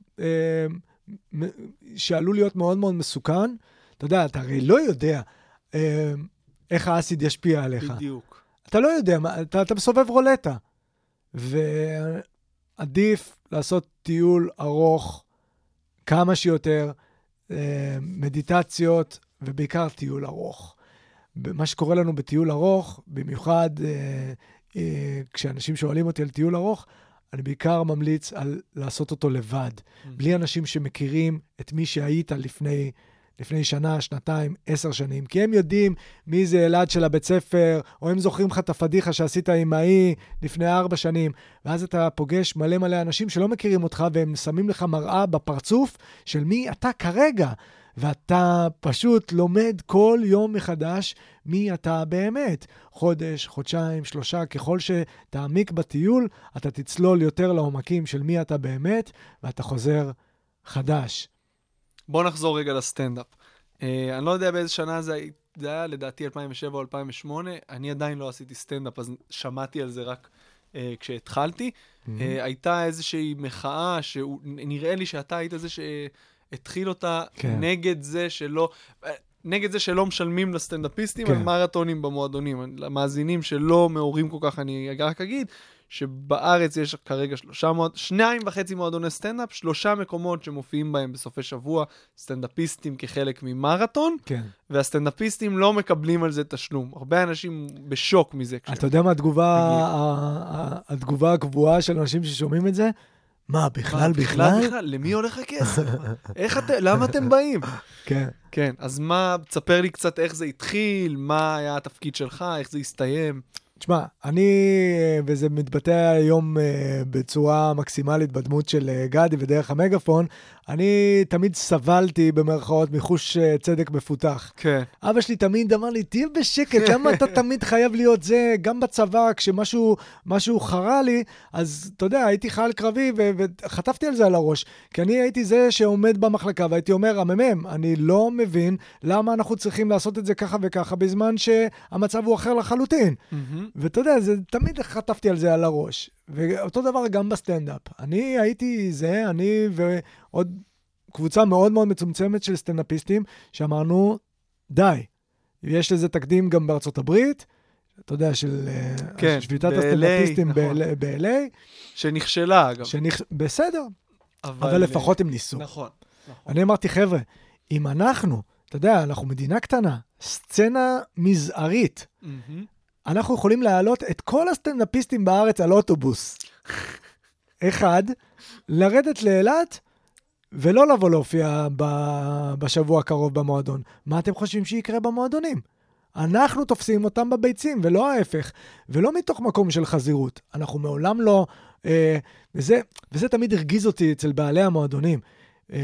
שעלול להיות מאוד מאוד מסוכן. אתה יודע, אתה הרי לא יודע איך האסיד ישפיע עליך. בדיוק. אתה לא יודע, אתה מסובב רולטה. ועדיף לעשות טיול ארוך, כמה שיותר, מדיטציות, ובעיקר טיול ארוך. מה שקורה לנו בטיול ארוך, במיוחד כשאנשים שואלים אותי על טיול ארוך, אני בעיקר ממליץ על לעשות אותו לבד, בלי אנשים שמכירים את מי שהיית לפני שנה, שנתיים, 10 שנים, כי הם יודעים מי זה אלעד של הבית ספר, או הם זוכרים לך את הפדיחה שעשית עם האי לפני 4 שנים, ואז אתה פוגש מלא אנשים שלא מכירים אותך, והם שמים לך מראה בפרצוף של מי אתה כרגע, ואתה פשוט לומד כל יום מחדש מי אתה באמת. חודש, חודשיים, 3, ככל שתעמיק בטיול, אתה תצלול יותר לעומקים של מי אתה באמת, ואתה חוזר חדש. בוא נחזור רגע לסטנדאפ. אני לא יודע באיזה שנה זה היה, לדעתי 2007 או 2008, אני עדיין לא עשיתי סטנדאפ, אז שמעתי על זה רק כשהתחלתי. הייתה איזושהי מחאה, שנראה לי שאתה היית זה שהתחיל אותה נגד זה שלא משלמים לסטנדאפיסטים על מרתונים במועדונים. למאזינים שלא מעורים כל כך, אני רק אגיד, שבארץ יש כרגע 2.5 מועדוני סטנדאפ, 3 מקומות שמופיעים בהם בסופי שבוע, סטנדאפיסטים כחלק ממרתון, והסטנדאפיסטים לא מקבלים על זה תשלום. הרבה אנשים בשוק מזה. אתה יודע מה התגובה הקבועה של אנשים ששומעים את זה? מה, בכלל? למי הולך הכסף? למה אתם באים? כן. כן, אז תספר לי קצת איך זה התחיל, מה היה התפקיד שלך, איך זה הסתיים. תשמע, וזה מתבטא היום בצורה מקסימלית בדמות של גדי ודרך המגפון, אני תמיד סבלתי במרכאות מחוש צדק מפותח. כן. אבא שלי תמיד אמר לי, תהיה בשקט, למה אתה תמיד חייב להיות זה? גם בצבא, כשמשהו חרה לי, אז אתה יודע, הייתי חייל קרבי וחטפתי על זה על הראש. כי אני הייתי זה שעומד במחלקה, והייתי אומר, הממם, אני לא מבין למה אנחנו צריכים לעשות את זה ככה וככה, בזמן שהמצב הוא אחר לחלוטין. ואתה יודע, תמיד חטפתי על זה על הראש. ואותו דבר גם בסטנדאפ. אני הייתי אני ועוד קבוצה מאוד מאוד מצומצמת של סטנדאפיסטים, שאמרנו, די. יש לזה תקדים גם בארצות הברית, אתה יודע, של שביתת הסטנדאפיסטים ב-LA. שנכשלה, אגב. בסדר. אבל לפחות הם ניסו. נכון. אני אמרתי, חבר'ה, אם אנחנו, אתה יודע, אנחנו מדינה קטנה, סצנה מזערית, אנחנו יכולים להעלות את כל הסטנדאפיסטים בארץ על אוטובוס. אחד, לרדת לאילת, ולא לבוא להופיע בשבוע הקרוב במועדון. מה אתם חושבים שיקרה במועדונים? אנחנו תופסים אותם בביצים, ולא ההפך. ולא מתוך מקום של חזירות. אנחנו מעולם לא... וזה תמיד הרגיז אותי אצל בעלי המועדונים.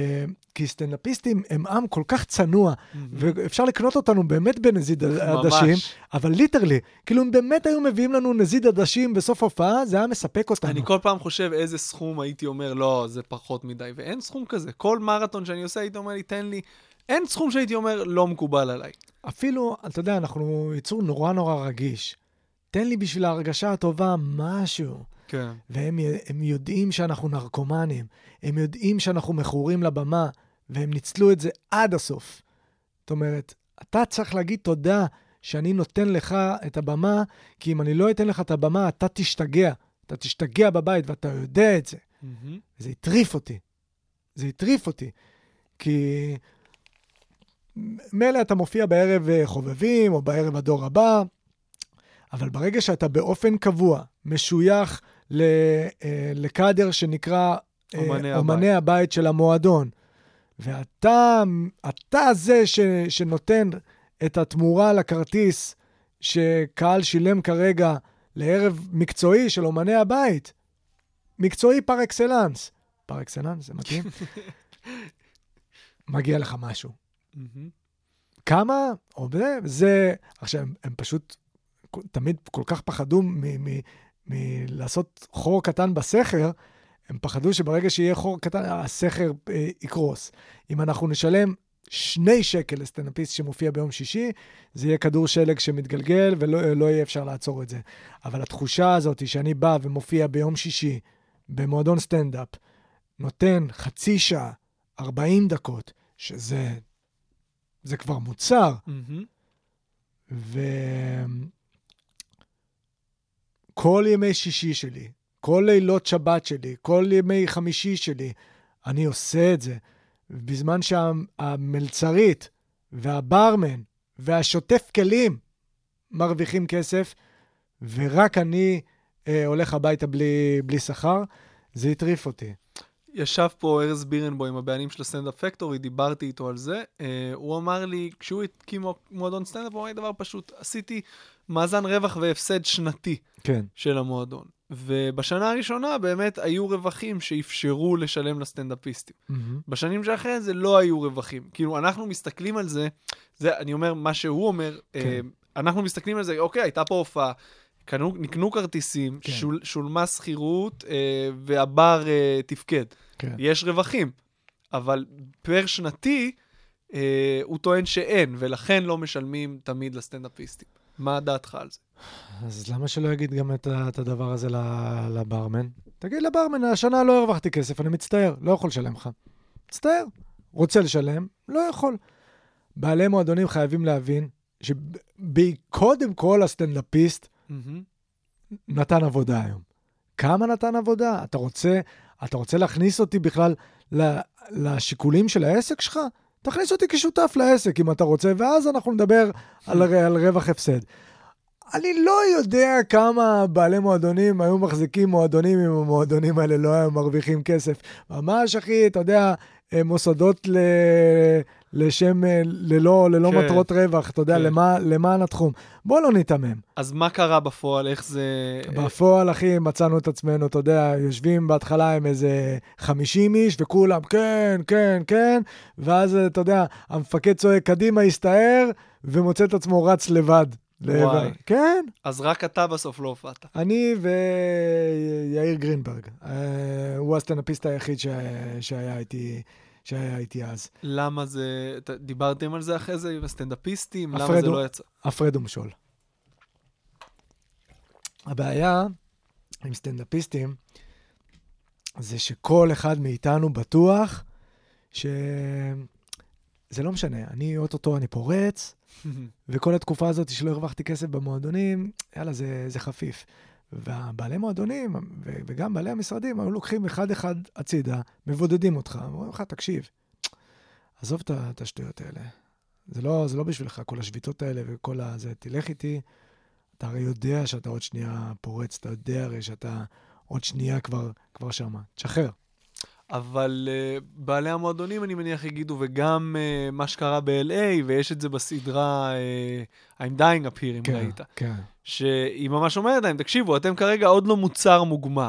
כי סטנדאפיסטים הם עם כל כך צנוע, ואפשר לקנות אותנו באמת בנזיד עדשים, אבל ליטרלי, כאילו הם באמת היו מביאים לנו נזיד עדשים בסוף הופעה, זה היה מספק אותנו. אני כל פעם חושב איזה סכום הייתי אומר, לא, זה פחות מדי, ואין סכום כזה. כל מרתון שאני עושה, הייתי אומר לי, תן לי, אין סכום שהייתי אומר, לא מקובל עליי. אפילו, אתה יודע, אנחנו יצור נורא נורא רגיש. תן לי בשביל ההרגשה הטובה משהו. כן. והם יודעים שאנחנו נרקומנים, הם יודעים שאנחנו מכורים לבמה, והם ניצלו את זה עד הסוף. זאת אומרת, אתה צריך להגיד תודה שאני נותן לך את הבמה, כי אם אני לא אתן לך את הבמה, אתה תשתגע. אתה תשתגע בבית, ואתה יודע את זה. וזה יטריף אותי. זה יטריף אותי. כי מילא אתה מופיע בערב חובבים, או בערב הדור הבא, אבל ברגע שאתה באופן קבוע, משוייך לקאדר שנקרא אומני הבית של המועדון, ואתה זה שנותן את התמורה לכרטיס שקהל שילם כרגע לערב מקצועי של אומני הבית, מקצועי פר אקסלנס. פר אקסלנס, זה מתאים? מגיע לך משהו. כמה? או זה, עכשיו, הם פשוט תמיד כל כך פחדו מלעשות חור קטן בסכר, הם פחדו שברגע שיהיה חור קטן, הסכר יקרוס. אם אנחנו נשלם 2 שקל לסטנדאפיסט שמופיע ביום שישי, זה יהיה כדור שלג שמתגלגל, ולא יהיה אפשר לעצור את זה. אבל התחושה הזאת שאני בא ומופיע ביום שישי, במועדון סטנדאפ, נותן חצי שעה, 40 דקות, שזה כבר מוצר. כל ימי שישי שלי, כל לילות שבת שלי, כל ימי חמישי שלי, אני עושה את זה. בזמן שהמלצרית והברמן והשוטף כלים מרוויחים כסף, ורק אני הולך הביתה בלי שכר, זה יטריף אותי. ישב פה ארז בירנבוים, הבעלים של הסטנדאפ פקטורי, דיברתי איתו על זה. הוא אמר לי, כשהוא התקים מועדון סטנדאפ, הוא אמר לי דבר פשוט, עשיתי מאזן רווח והפסד שנתי של המועדון. ובשנה הראשונה באמת היו רווחים שאפשרו לשלם לסטנדאפיסטים. בשנים שאחרי זה לא היו רווחים. כאילו, אנחנו מסתכלים על זה, אני אומר, מה שהוא אומר, אנחנו מסתכלים על זה, אוקיי, הייתה פה הופעה, נקנו כרטיסים, שולמה שכירות, והבר תפקד. יש רווחים, אבל פר שנתי, הוא טוען שאין, ולכן לא משלמים תמיד לסטנדאפיסטים. מה דעתך על זה? אז למה שלא יגיד גם את הדבר הזה לברמן? תגיד לברמן, השנה לא הרווחתי כסף, אני מצטער, לא יכול לשלם לך. מצטער, רוצה לשלם, לא יכול. בעלי מועדונים חייבים להבין, שקודם כל הסטנדאפיסט, נתן עבודה היום. כמה נתן עבודה? אתה רוצה להכניס אותי בכלל לשיקולים של העסק שלך? תכניס אותי כשותף לעסק אם אתה רוצה, ואז אנחנו נדבר על רווח הפסד. אני לא יודע כמה בעלי מועדונים היו מחזיקים מועדונים, אם המועדונים האלה לא היו מרוויחים כסף. ממש אחי, אתה יודע, מוסדות לשם, ללא מטרות רווח, אתה יודע, למען התחום. בוא לא נתאמם. אז מה קרה בפועל? איך זה... בפועל, אחי, מצאנו את עצמנו, אתה יודע, יושבים בהתחלה עם איזה 50 איש, וכולם, כן, כן, כן, ואז, אתה יודע, המפקד צועק קדימה, הסתער, ומוצא את עצמו רץ לבד. וואי. כן. אז רק אתה בסוף לא הופעת. אני ויאיר גרינברג. הוא הסטנדאפיסט היחיד שהיה איתי אז. למה זה... דיברתם על זה אחרי זה עם הסטנדאפיסטים? למה זה לא יצא? הפרד ומשול. הבעיה עם סטנדאפיסטים זה שכל אחד מאיתנו בטוח שזה לא משנה. אני אוטוטו, אני פורץ, וכל התקופה הזאת שלא הרווחתי כסף במועדונים, יאללה, זה חפיף. והבעלי מועדונים, וגם בעלי המשרדים, היו לוקחים אחד הצידה, מבודדים אותך, אומרים לך, תקשיב, עזוב את השטויות האלה. זה לא בשבילך, כל השביתות האלה וכל הזה, תלך איתי, אתה הרי יודע שאתה עוד שנייה פורץ, אתה יודע הרי שאתה עוד שנייה כבר שמה. תשחרר. אבל בעלי המועדונים, אני מניח, יגידו, וגם מה שקרה ב-LA, ויש את זה בסדרה I'm Dying Up Here, אם ראית. כן. שהיא ממש אומרת להם, תקשיבו, אתם כרגע עוד לא מוצר מוגמר.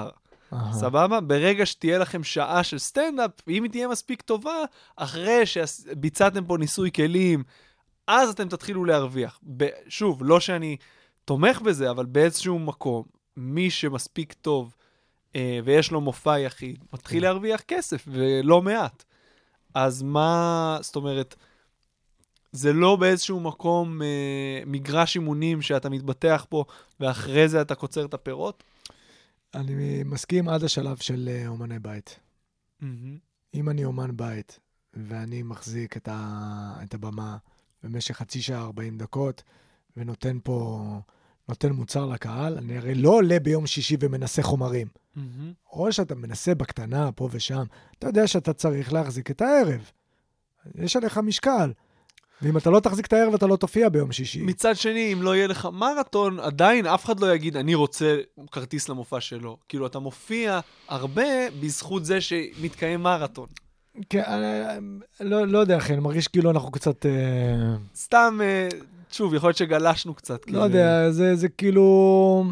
סבבה? ברגע שתהיה לכם שעה של סטנדאפ, ואם היא תהיה מספיק טובה, אחרי שביצעתם פה ניסוי כלים, אז אתם תתחילו להרוויח. שוב, לא שאני תומך בזה, אבל באיזשהו מקום, מי שמספיק טוב, ויש לו מופע יחיד, מתחיל להרוויח כסף, ולא מעט. אז מה, זאת אומרת, זה לא באיזשהו מקום מגרש אימונים שאתה מתבטח פה, ואחרי זה אתה קוצר את הפירות? אני מסכים עד השלב של אומני בית. אם אני אומן בית, ואני מחזיק את הבמה במשך חצי שעה 40 דקות, ונותן פה, נותן מוצר לקהל, אני הרי לא עולה ביום שישי ומנסה חומרים. או שאתה מנסה בקטנה, פה ושם, אתה יודע שאתה צריך להחזיק את הערב. יש עליך משקל. ואם אתה לא תחזיק את הערב, אתה לא תופיע ביום שישי. מצד שני, אם לא יהיה לך מרתון, עדיין אף אחד לא יגיד, אני רוצה כרטיס למופע שלו. כאילו, אתה מופיע הרבה בזכות זה שמתקיים מרתון. כן, לא יודע, אחי, אני מרגיש כאילו אנחנו קצת... סתם, שוב, יכול להיות שגלשנו קצת. לא יודע, זה כאילו...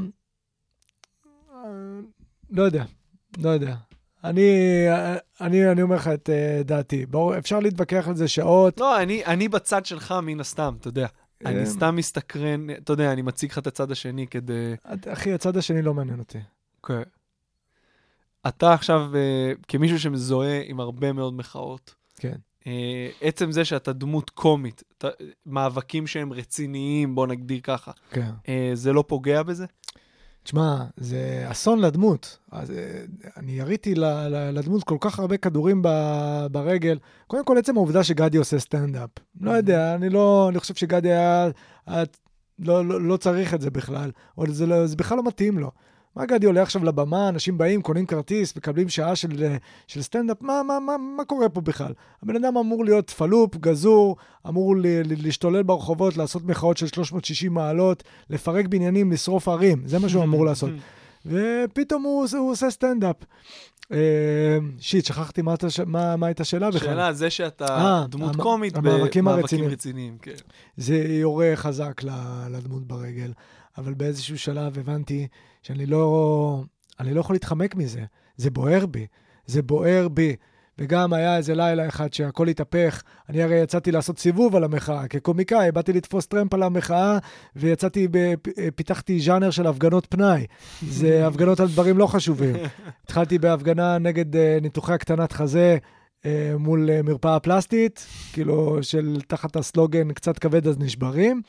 לא יודע. אני אומר לך את דעתי. ברור, אפשר להתווכח על זה שעות. לא, אני בצד שלך מן הסתם, אתה יודע. אני סתם מסתקרן, אתה יודע, אני מציג לך את הצד השני כדי... אחי, הצד השני לא מעניין אותי. אוקיי. אתה עכשיו, כמישהו שמזוהה עם הרבה מאוד מחאות, כן. עצם זה שאתה דמות קומית, מאבקים שהם רציניים, בוא נגדיר ככה, כן. זה לא פוגע בזה? תשמע, זה אסון לדמות. אז, אני יריתי לדמות כל כך הרבה כדורים ברגל. קודם כל, עצם העובדה שגדי עושה סטנדאפ. לא יודע, אני חושב שגדי היה, לא צריך את זה בכלל. או זה בכלל לא מתאים לו. מה גדי עולה עכשיו לבמה, אנשים באים, קונים כרטיס, מקבלים שעה של סטנדאפ, מה קורה פה בכלל? הבן אדם אמור להיות פלופ, גזור, אמור להשתולל ברחובות, לעשות מחאות של 360 מעלות, לפרק בניינים, לשרוף ערים, זה מה שהוא אמור לעשות. ופתאום הוא עושה סטנדאפ. שיט, שכחתי מה הייתה השאלה בכלל. שאלה, זה שאתה דמות קומית במאבקים רציניים. זה יורה חזק לדמות ברגל. אבל באיזשהו שלב הבנתי שאני לא יכול להתחמק מזה. זה בוער בי. וגם היה איזה לילה אחד שהכל התהפך. אני הרי יצאתי לעשות סיבוב על המחאה. כקומיקאי, באתי לתפוס טרמפ על המחאה, פיתחתי ז'אנר של הפגנות פנאי. זה הפגנות על דברים לא חשובים. התחלתי בהפגנה נגד ניתוחי הקטנת חזה, מול מרפאה פלסטית, כאילו של תחת הסלוגן קצת כבד אז נשברים.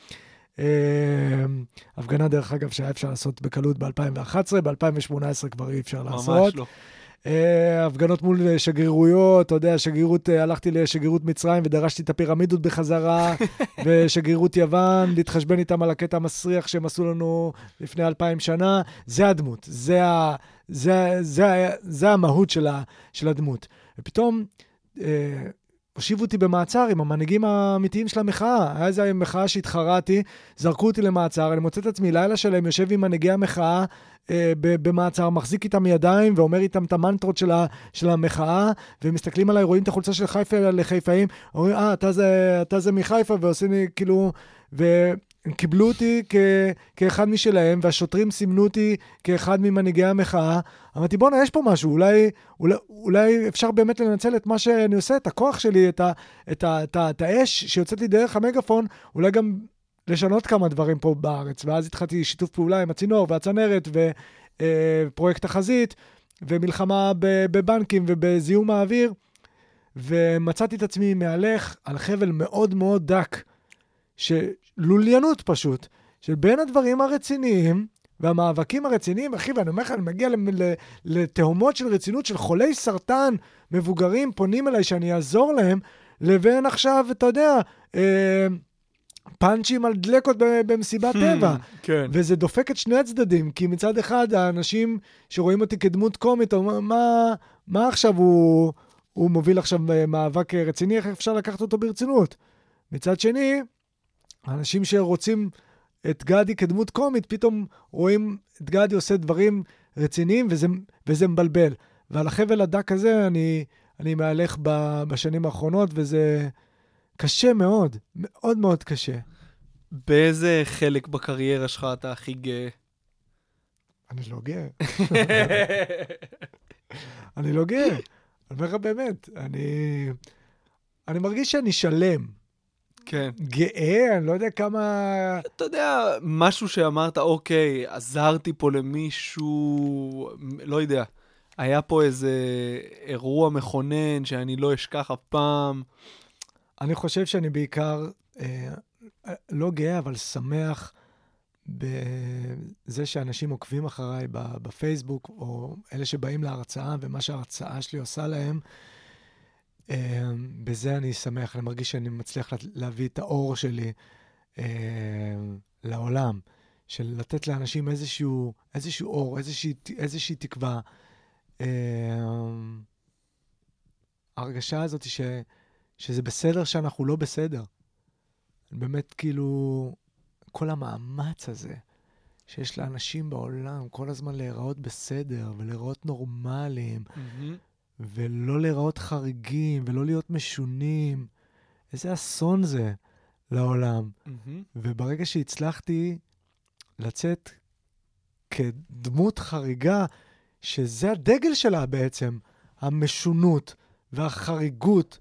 הפגנה דרך אגב שהיה אפשר לעשות בקלות ב-2011, ב-2018 כבר אי אפשר לעשות. ממש לא. הפגנות מול שגרירויות, אתה יודע, הלכתי לשגרירות מצרים ודרשתי את הפירמידות בחזרה, ושגרירות יוון, להתחשבן איתם על הקטע המסריח שהם עשו לנו לפני 2000 שנה. זה הדמות, זה המהות של הדמות. ופתאום הושיבו אותי במעצר עם המנהיגים האמיתיים של המחאה. היה איזו מחאה שהתחרתי, זרקו אותי למעצר, אני מוצא את עצמי לילה שלהם, יושב עם מנהיגי המחאה במעצר, מחזיק איתם ידיים ואומר איתם את המנטרות של המחאה, ומסתכלים עליי, רואים את החולצה של חיפה לחיפאים, אומרים, אתה זה מחיפה, ועושים לי כאילו, הם קיבלו אותי כאחד משלהם, והשוטרים סימנו אותי כאחד ממנהיגי המחאה. אמרתי, בוא'נה, יש פה משהו, אולי אפשר באמת לנצל את מה שאני עושה, את הכוח שלי, את האש שיוצאת לי דרך המגפון, אולי גם לשנות כמה דברים פה בארץ. ואז התחלתי שיתוף פעולה עם הצינור והצנרת, ופרויקט החזית, ומלחמה בבנקים ובזיהום האוויר, ומצאתי את עצמי מהלך על חבל מאוד מאוד דק, לוליינות פשוט, של בין הדברים הרציניים, והמאבקים הרציניים, אחי, ואני אומר לך, אני מגיע לתהומות של רצינות, של חולי סרטן, מבוגרים, פונים אליי שאני אעזור להם, לבין עכשיו, אתה יודע, פאנצ'ים על דלקות במסיבת טבע. כן. וזה דופק את שני הצדדים, כי מצד אחד, האנשים שרואים אותי כדמות קומית, מה עכשיו הוא מוביל עכשיו מאבק רציני, איך אפשר לקחת אותו ברצינות? מצד שני, האנשים שרוצים את גדי כדמות קומית, פתאום רואים את גדי עושה דברים רציניים, וזה מבלבל. ועל החבל הדק הזה אני מהלך בשנים האחרונות, וזה קשה מאוד, מאוד מאוד קשה. באיזה חלק בקריירה שלך אתה הכי גאה? אני לא גאה. אני לא גאה. אני אומר לך באמת, אני מרגיש שאני שלם. כן. גאה, אני לא יודע כמה... אתה יודע, משהו שאמרת, אוקיי, עזרתי פה למישהו, לא יודע, היה פה איזה אירוע מכונן שאני לא אשכח אף פעם. אני חושב שאני בעיקר לא גאה, אבל שמח בזה שאנשים עוקבים אחריי בפייסבוק, או אלה שבאים להרצאה, ומה שההרצאה שלי עושה להם, בזה אני שמח. אני מרגיש שאני מצליח להביא את האור שלי לעולם, של לתת לאנשים איזשהו אור, איזושהי תקווה. ההרגשה הזאת שזה בסדר שאנחנו לא בסדר. באמת כאילו, כל המאמץ הזה שיש לאנשים בעולם כל הזמן להיראות בסדר ולהיראות נורמליים, ולא להיראות חריגים ולא להיות משונים. איזה אסון זה לעולם. וברגע שהצלחתי לצאת כדמות חריגה, שזה הדגל שלה בעצם, המשונות והחריגות,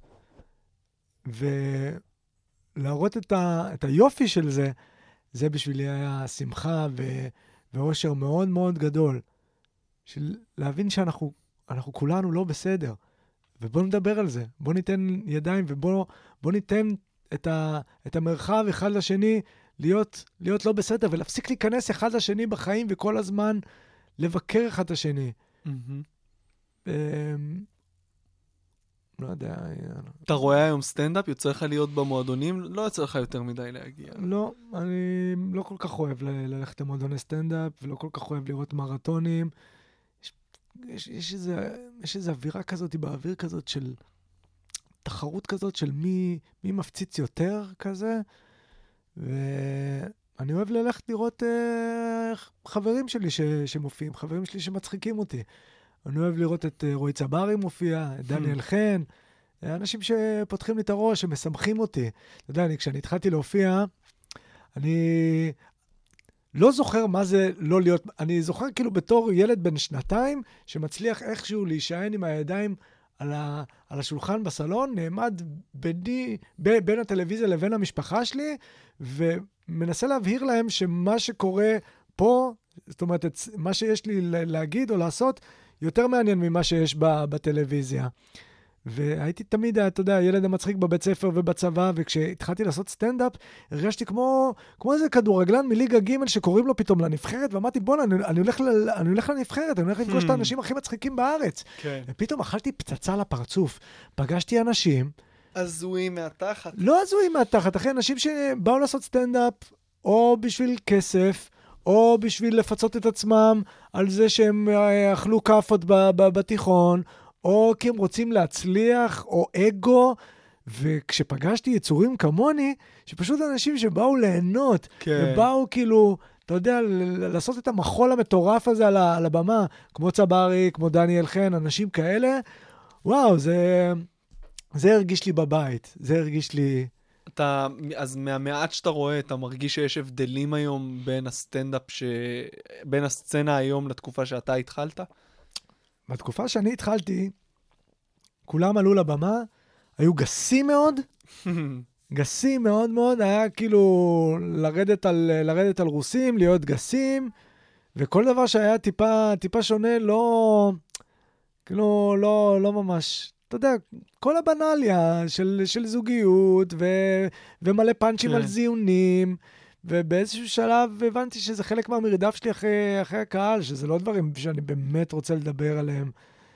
ולהראות את היופי של זה, זה בשבילי היה שמחה ואושר מאוד מאוד גדול. של להבין שאנחנו כולנו לא בסדר. ובואו נדבר על זה. בואו ניתן ידיים ובואו ניתן את המרחב אחד לשני להיות לא בסדר, ולהפסיק להיכנס אחד לשני בחיים וכל הזמן לבקר אחד את השני. לא יודע. אתה רואה היום סטנדאפ? יוצא לך להיות במועדונים? לא יוצא לך יותר מדי להגיע. לא, אני לא כל כך אוהב ללכת למועדוני סטנדאפ, ולא כל כך אוהב לראות מרתונים. יש איזו אווירה כזאת, באוויר כזאת של תחרות כזאת של מי מפציץ יותר כזה, ואני אוהב ללכת לראות חברים שלי שמופיעים, חברים שלי שמצחיקים אותי. אני אוהב לראות את רועי צברי מופיע, את דניאל חן, אנשים שפותחים לי את הראש, שמשמחים אותי. אתה יודע, כשאני התחלתי להופיע, אני לא זוכר מה זה לא להיות, אני זוכר כאילו בתור ילד בן 2, שמצליח איכשהו להישען עם הידיים על השולחן בסלון, נעמד בין הטלוויזיה לבין המשפחה שלי, ומנסה להבהיר להם שמה שקורה פה, זאת אומרת, מה שיש לי להגיד או לעשות, יותר מעניין ממה שיש בטלוויזיה. והייתי תמיד, אתה יודע, ילד המצחיק בבית ספר ובצבא, וכשהתחלתי לעשות סטנדאפ, הרגשתי כמו איזה כדורגלן מליגה ג' שקוראים לו פתאום לנבחרת, ואמרתי, בוא, אני הולך לנבחרת, אני הולך לפגוש את האנשים הכי מצחיקים בארץ. כן. ופתאום אכלתי פצצה לפרצוף. פגשתי אנשים... הזויים מהתחת. לא הזויים מהתחת, אחרי אנשים שבאו לעשות סטנדאפ, או בשביל כסף, או בשביל לפצות את עצמם על זה שהם אכלו קפות בתיכון, או כי הם רוצים להצליח, או אגו, וכשפגשתי יצורים כמוני, שפשוט אנשים שבאו ליהנות, כן. ובאו כאילו, אתה יודע, לעשות את המחול המטורף הזה על הבמה, כמו צברי, כמו דניאל חן, אנשים כאלה, וואו, זה הרגיש לי בבית, זה הרגיש לי... אז מהמעט שאתה רואה, אתה מרגיש שיש הבדלים היום בין הסטנדאפ, בין הסצנה היום לתקופה שאתה התחלת? בתקופה שאני התחלתי, כולם עלו לבמה, היו גסים מאוד, גסים מאוד מאוד, היה כאילו לרדת על רוסים, להיות גסים, וכל דבר שהיה טיפה שונה, לא ממש, אתה יודע, כל הבנליה של זוגיות, ומלא פאנצ'ים על זיונים, ובאיזשהו שלב הבנתי שזה חלק מהמרדף שלי אחרי הקהל, שזה לא דברים שאני באמת רוצה לדבר עליהם.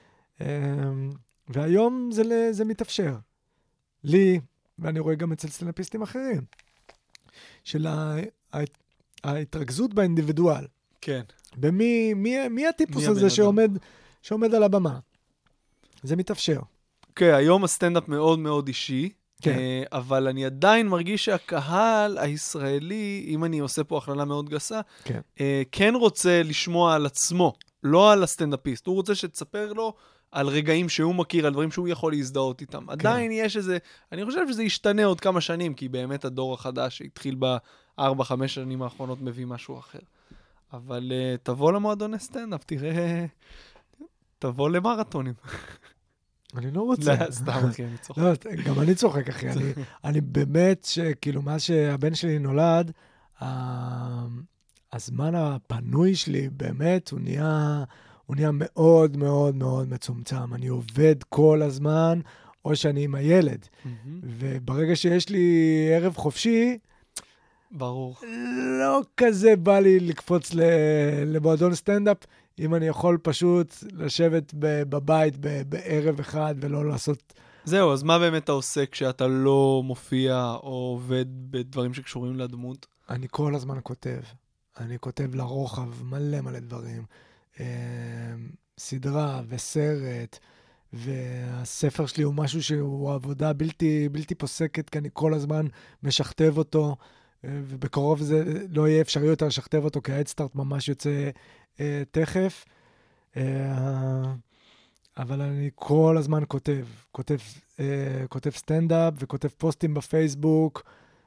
והיום זה מתאפשר. לי, ואני רואה גם אצל סטנדאפיסטים אחרים, של ההתרכזות באינדיבידואל. כן. מי הטיפוס הזה שעומד על הבמה? זה מתאפשר. כן, היום הסטנדאפ מאוד מאוד אישי, אבל אני עדיין מרגיש שהקהל הישראלי, אם אני עושה פה הכללה מאוד גסה, כן רוצה לשמוע על עצמו, לא על הסטנדאפיסט. הוא רוצה שתספר לו על רגעים שהוא מכיר, על דברים שהוא יכול להזדהות איתם. עדיין יש איזה, אני חושב שזה ישתנה עוד כמה שנים, כי באמת הדור החדש שהתחיל ב4-5 שנים האחרונות מביא משהו אחר. אבל תבוא למועדון סטנדאפ, תראה, תבוא למרתונים. אני לא רוצה. לא, סתם אחי, אני צוחק. לא, גם אני צוחק, אחי. אני באמת, שכאילו, מאז שהבן שלי נולד, הזמן הפנוי שלי, באמת, הוא נהיה מאוד מאוד מאוד מצומצם. אני עובד כל הזמן, או שאני עם הילד. וברגע שיש לי ערב חופשי, ברור. לא כזה בא לי לקפוץ למועדון סטנדאפ, אם אני יכול פשוט לשבת בבית בערב אחד ולא לעשות... זהו, אז מה באמת אתה עושה כשאתה לא מופיע או עובד בדברים שקשורים לדמות? אני כל הזמן כותב. אני כותב לרוחב מלא דברים. סדרה וסרט, והספר שלי הוא משהו שהוא עבודה בלתי פוסקת, כי אני כל הזמן משכתב אותו, ובקרוב זה לא יהיה אפשרי יותר לשכתב אותו, כי ההדסטארט ממש יוצא תכף. אבל אני כל הזמן כותב סטנדאפ וכותב פוסטים בפייסבוק.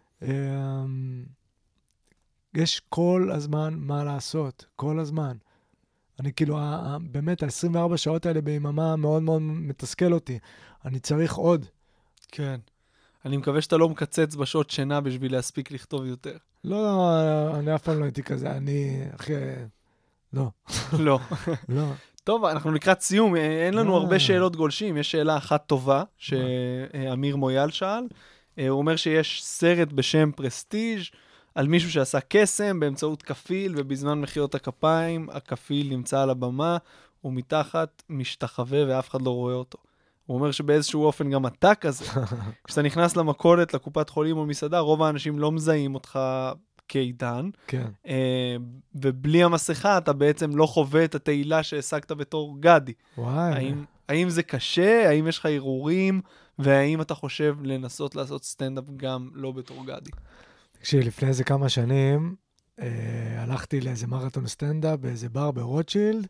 יש כל הזמן מה לעשות, כל הזמן. אני כאילו, באמת, ה-24 שעות האלה ביממה מאוד מאוד מתסכל אותי. אני צריך עוד. כן. אני מקווה שאתה לא מקצץ בשעות שינה בשביל להספיק לכתוב יותר. לא, אני אף פעם לא הייתי כזה. אני, אחי, לא. לא. לא. טוב, אנחנו לקראת סיום. אין לנו הרבה שאלות גולשים. יש שאלה אחת טובה שאמיר מויאל שאל. הוא אומר שיש סרט בשם פרסטיג' על מישהו שעשה קסם באמצעות כפיל, ובזמן מחיאות הכפיים, הכפיל נמצא על הבמה, הוא מתחת משתחווה ואף אחד לא רואה אותו. הוא אומר שבאיזשהו אופן גם אתה כזה. כשאתה נכנס למכולת, לקופת חולים או מסעדה, רוב האנשים לא מזהים אותך כעידן. כן. ובלי המסכה אתה בעצם לא חווה את התהילה שהעסקת בתור גדי. וואי. האם זה קשה? האם יש לך ערעורים? והאם אתה חושב לנסות לעשות סטנדאפ גם לא בתור גדי? לפני איזה כמה שנים, הלכתי לאיזה מרתון סטנדאפ, באיזה בר ברוטשילד,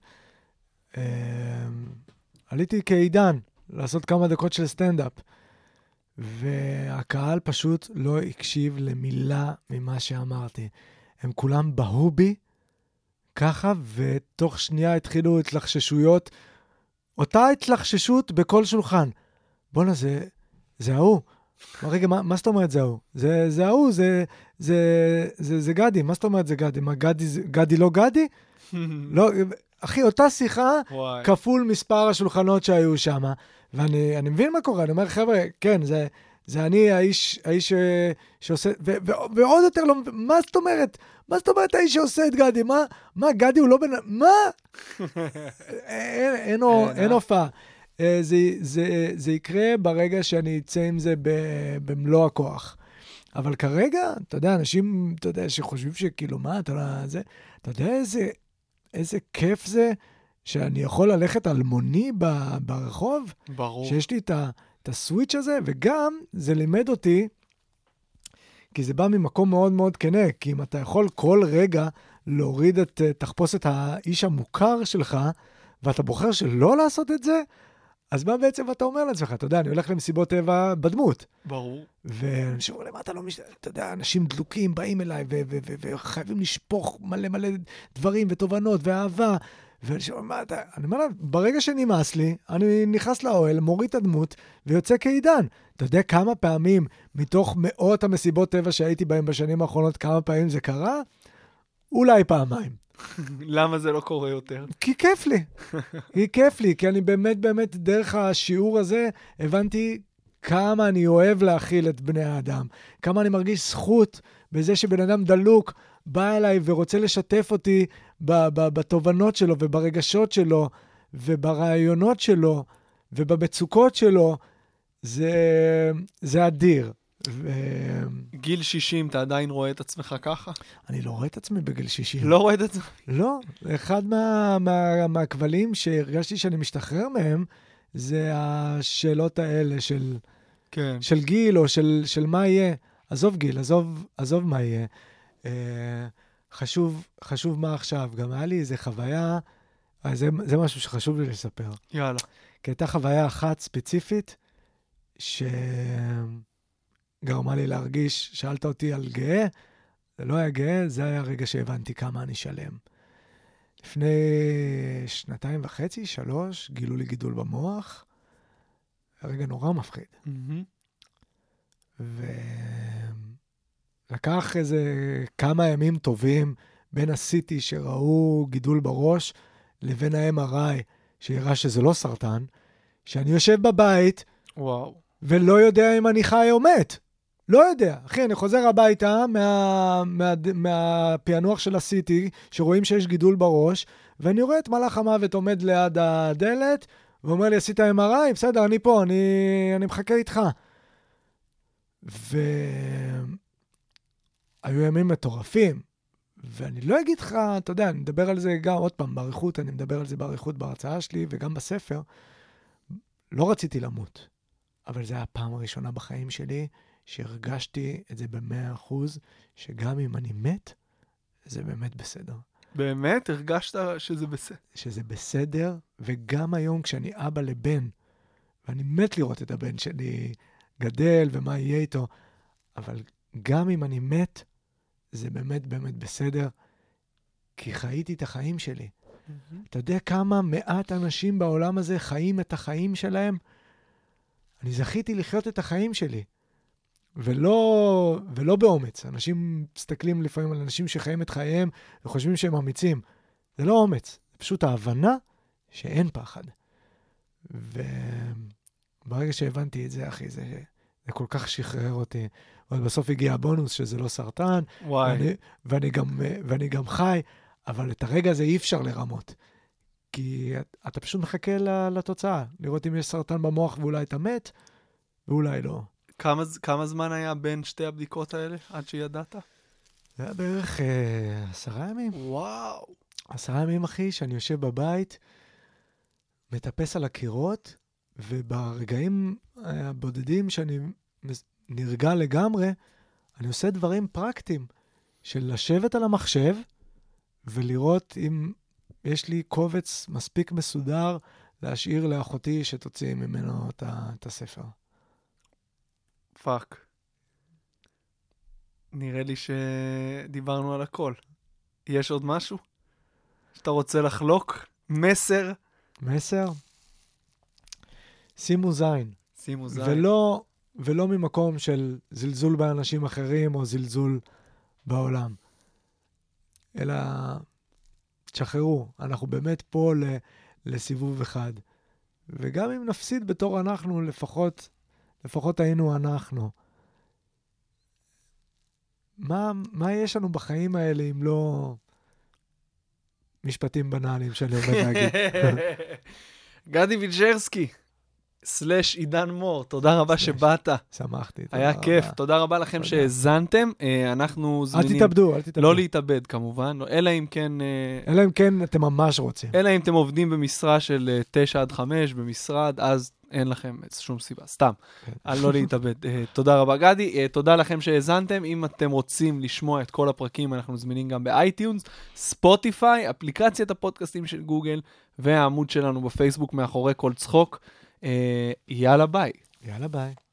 עליתי כעידן, לעשות כמה דקות של סטנדאפ, והקהל פשוט לא הקשיב למילה ממה שאמרתי. הם כולם בהו בי, ככה, ותוך שנייה התחילו התלחששויות, אותה התלחששות בכל שולחן. בוא'נה, זה ההוא. רגע, מה זאת אומרת זה ההוא? זה ההוא, זה גדי. מה זאת אומרת זה גדי? מה, גדי לא גדי? לא, אחי, אותה שיחה, כפול מספר השולחנות שהיו שם, ואני מבין מה קורה, אני אומר, חבר'ה, כן, זה אני, האיש שעושה, ועוד יותר לא, מה זאת אומרת? מה זאת אומרת האיש שעושה את גדי? מה, גדי הוא לא בן... מה? אין הופעה. זה יקרה ברגע שאני אצא עם זה במלוא הכוח. אבל כרגע, אתה יודע, אנשים, אתה יודע, שחושבים שכאילו, מה, אתה יודע איזה כיף זה שאני יכול ללכת אלמוני ברחוב? ברור. שיש לי את הסוויץ' הזה, וגם זה לימד אותי, כי זה בא ממקום מאוד מאוד כנה, כי אם אתה יכול כל רגע להוריד את תחפושת האיש המוכר שלך, ואתה בוחר שלא לעשות את זה, אז מה בעצם אתה אומר לעצמך? אתה יודע, אני הולך למסיבות טבע בדמות. ברור. ואנשים אומרים, למה אתה לא אתה יודע, אנשים דלוקים באים אליי, וחייבים לשפוך מלא דברים ותובנות ואהבה. ואנשים אומרים, מה אתה... אני אומר, ברגע שנמאס לי, אני נכנס לאוהל, מוריד את הדמות, ויוצא כעידן. אתה יודע כמה פעמים, מתוך מאות המסיבות טבע שהייתי בהם בשנים האחרונות, כמה פעמים זה קרה? אולי פעמיים. למה זה לא קורה יותר? כי כיף לי, כי אני באמת דרך השיעור הזה הבנתי כמה אני אוהב להכיל את בני האדם, כמה אני מרגיש זכות בזה שבן אדם דלוק בא אליי ורוצה לשתף אותי בתובנות שלו וברגשות שלו וברעיונות שלו ובמצוקות שלו, זה אדיר. גיל 60, אתה עדיין רואה את עצמך ככה? אני לא רואה את עצמי בגיל 60. לא רואה את עצמך? לא. אחד מהכבלים שהרגשתי שאני משתחרר מהם, זה השאלות האלה של גיל, או של מה יהיה. עזוב גיל, עזוב מה יהיה. חשוב מה עכשיו. גם היה לי איזו חוויה, זה משהו שחשוב לי לספר. יאללה. כי הייתה חוויה אחת ספציפית, גרמה לי להרגיש, שאלת אותי על גאה, זה לא היה גאה, זה היה הרגע שהבנתי כמה אני שלם. לפני 2.5, 3, גילו לי גידול במוח. הרגע נורא מפחיד. ולקח איזה כמה ימים טובים בין ה-CT שראו גידול בראש, לבין ה-MRI שהראה שזה לא סרטן, שאני יושב בבית, וואו. ולא יודע אם אני חי או מת. לא יודע. אחי, אני חוזר הביתה מהפענוח של ה-CT, שרואים שיש גידול בראש, ואני רואה את מלאך המוות עומד ליד הדלת, ואומר לי, עשית MRI? בסדר, אני פה, אני מחכה איתך. והיו ימים מטורפים, ואני לא אגיד לך, אתה יודע, אני מדבר על זה גם עוד פעם בעריכות, אני מדבר על זה בעריכות בהרצאה שלי, וגם בספר. לא רציתי למות, אבל זה היה הפעם הראשונה בחיים שלי, שהרגשתי את זה ב100%, שגם אם אני מת, זה באמת בסדר. באמת? הרגשת שזה בסדר? שזה בסדר, וגם היום כשאני אבא לבן, ואני מת לראות את הבן שלי גדל ומה יהיה איתו, אבל גם אם אני מת, זה באמת באמת בסדר, כי חייתי את החיים שלי. אתה יודע כמה מעט אנשים בעולם הזה חיים את החיים שלהם? אני זכיתי לחיות את החיים שלי. ולא באומץ. אנשים מסתכלים לפעמים על אנשים שחיים את חייהם וחושבים שהם אמיצים. זה לא אומץ. זה פשוט ההבנה שאין פחד. וברגע שהבנתי את זה, אחי, זה כל כך שחרר אותי. אבל בסוף הגיע הבונוס שזה לא סרטן. ואני גם חי. אבל את הרגע הזה אי אפשר לרמות. כי אתה פשוט מחכה לתוצאה. לראות אם יש סרטן במוח ואולי אתה מת, ואולי לא. כמה זמן היה בין שתי הבדיקות האלה עד שידעת? זה היה בערך 10 ימים. וואו. 10 ימים, אחי, שאני יושב בבית, מטפס על הקירות, וברגעים הבודדים שאני נרגע לגמרי, אני עושה דברים פרקטיים, של לשבת על המחשב, ולראות אם יש לי קובץ מספיק מסודר, להשאיר לאחותי שתוציא ממנו את הספר. פאק. נראה לי שדיברנו על הכל. יש עוד משהו שאתה רוצה לחלוק? מסר? מסר? שימו זין. שימו זין. ולא ממקום של זלזול באנשים אחרים או זלזול בעולם. אלא תשחררו. אנחנו באמת פה לסיבוב אחד. וגם אם נפסיד בתור אנחנו, לפחות היינו אנחנו. מה יש לנו בחיים האלה אם לא משפטים בנאליים שאני עומד להגיד? גדי וילשרסקי, / עידן מור, תודה רבה שבאת. שמחתי. היה כיף, תודה רבה לכם שהזנתם. אנחנו זמינים... אל תתאבדו. לא להתאבד כמובן, אלא אם כן... אלא אם כן אתם ממש רוצים. אלא אם אתם עובדים במשרה של 9-5 במשרד, אז אין לכם שום סיבה, סתם, על לא להתאבד. תודה רבה גדי, תודה לכם שהזנתם. אם אתם רוצים לשמוע את כל הפרקים, אנחנו זמינים גם באייטיונס, ספוטיפיי, אפליקציית הפודקאסטים של גוגל, והעמוד שלנו בפייסבוק מאחורי כל צחוק. יאללה ביי. יאללה ביי.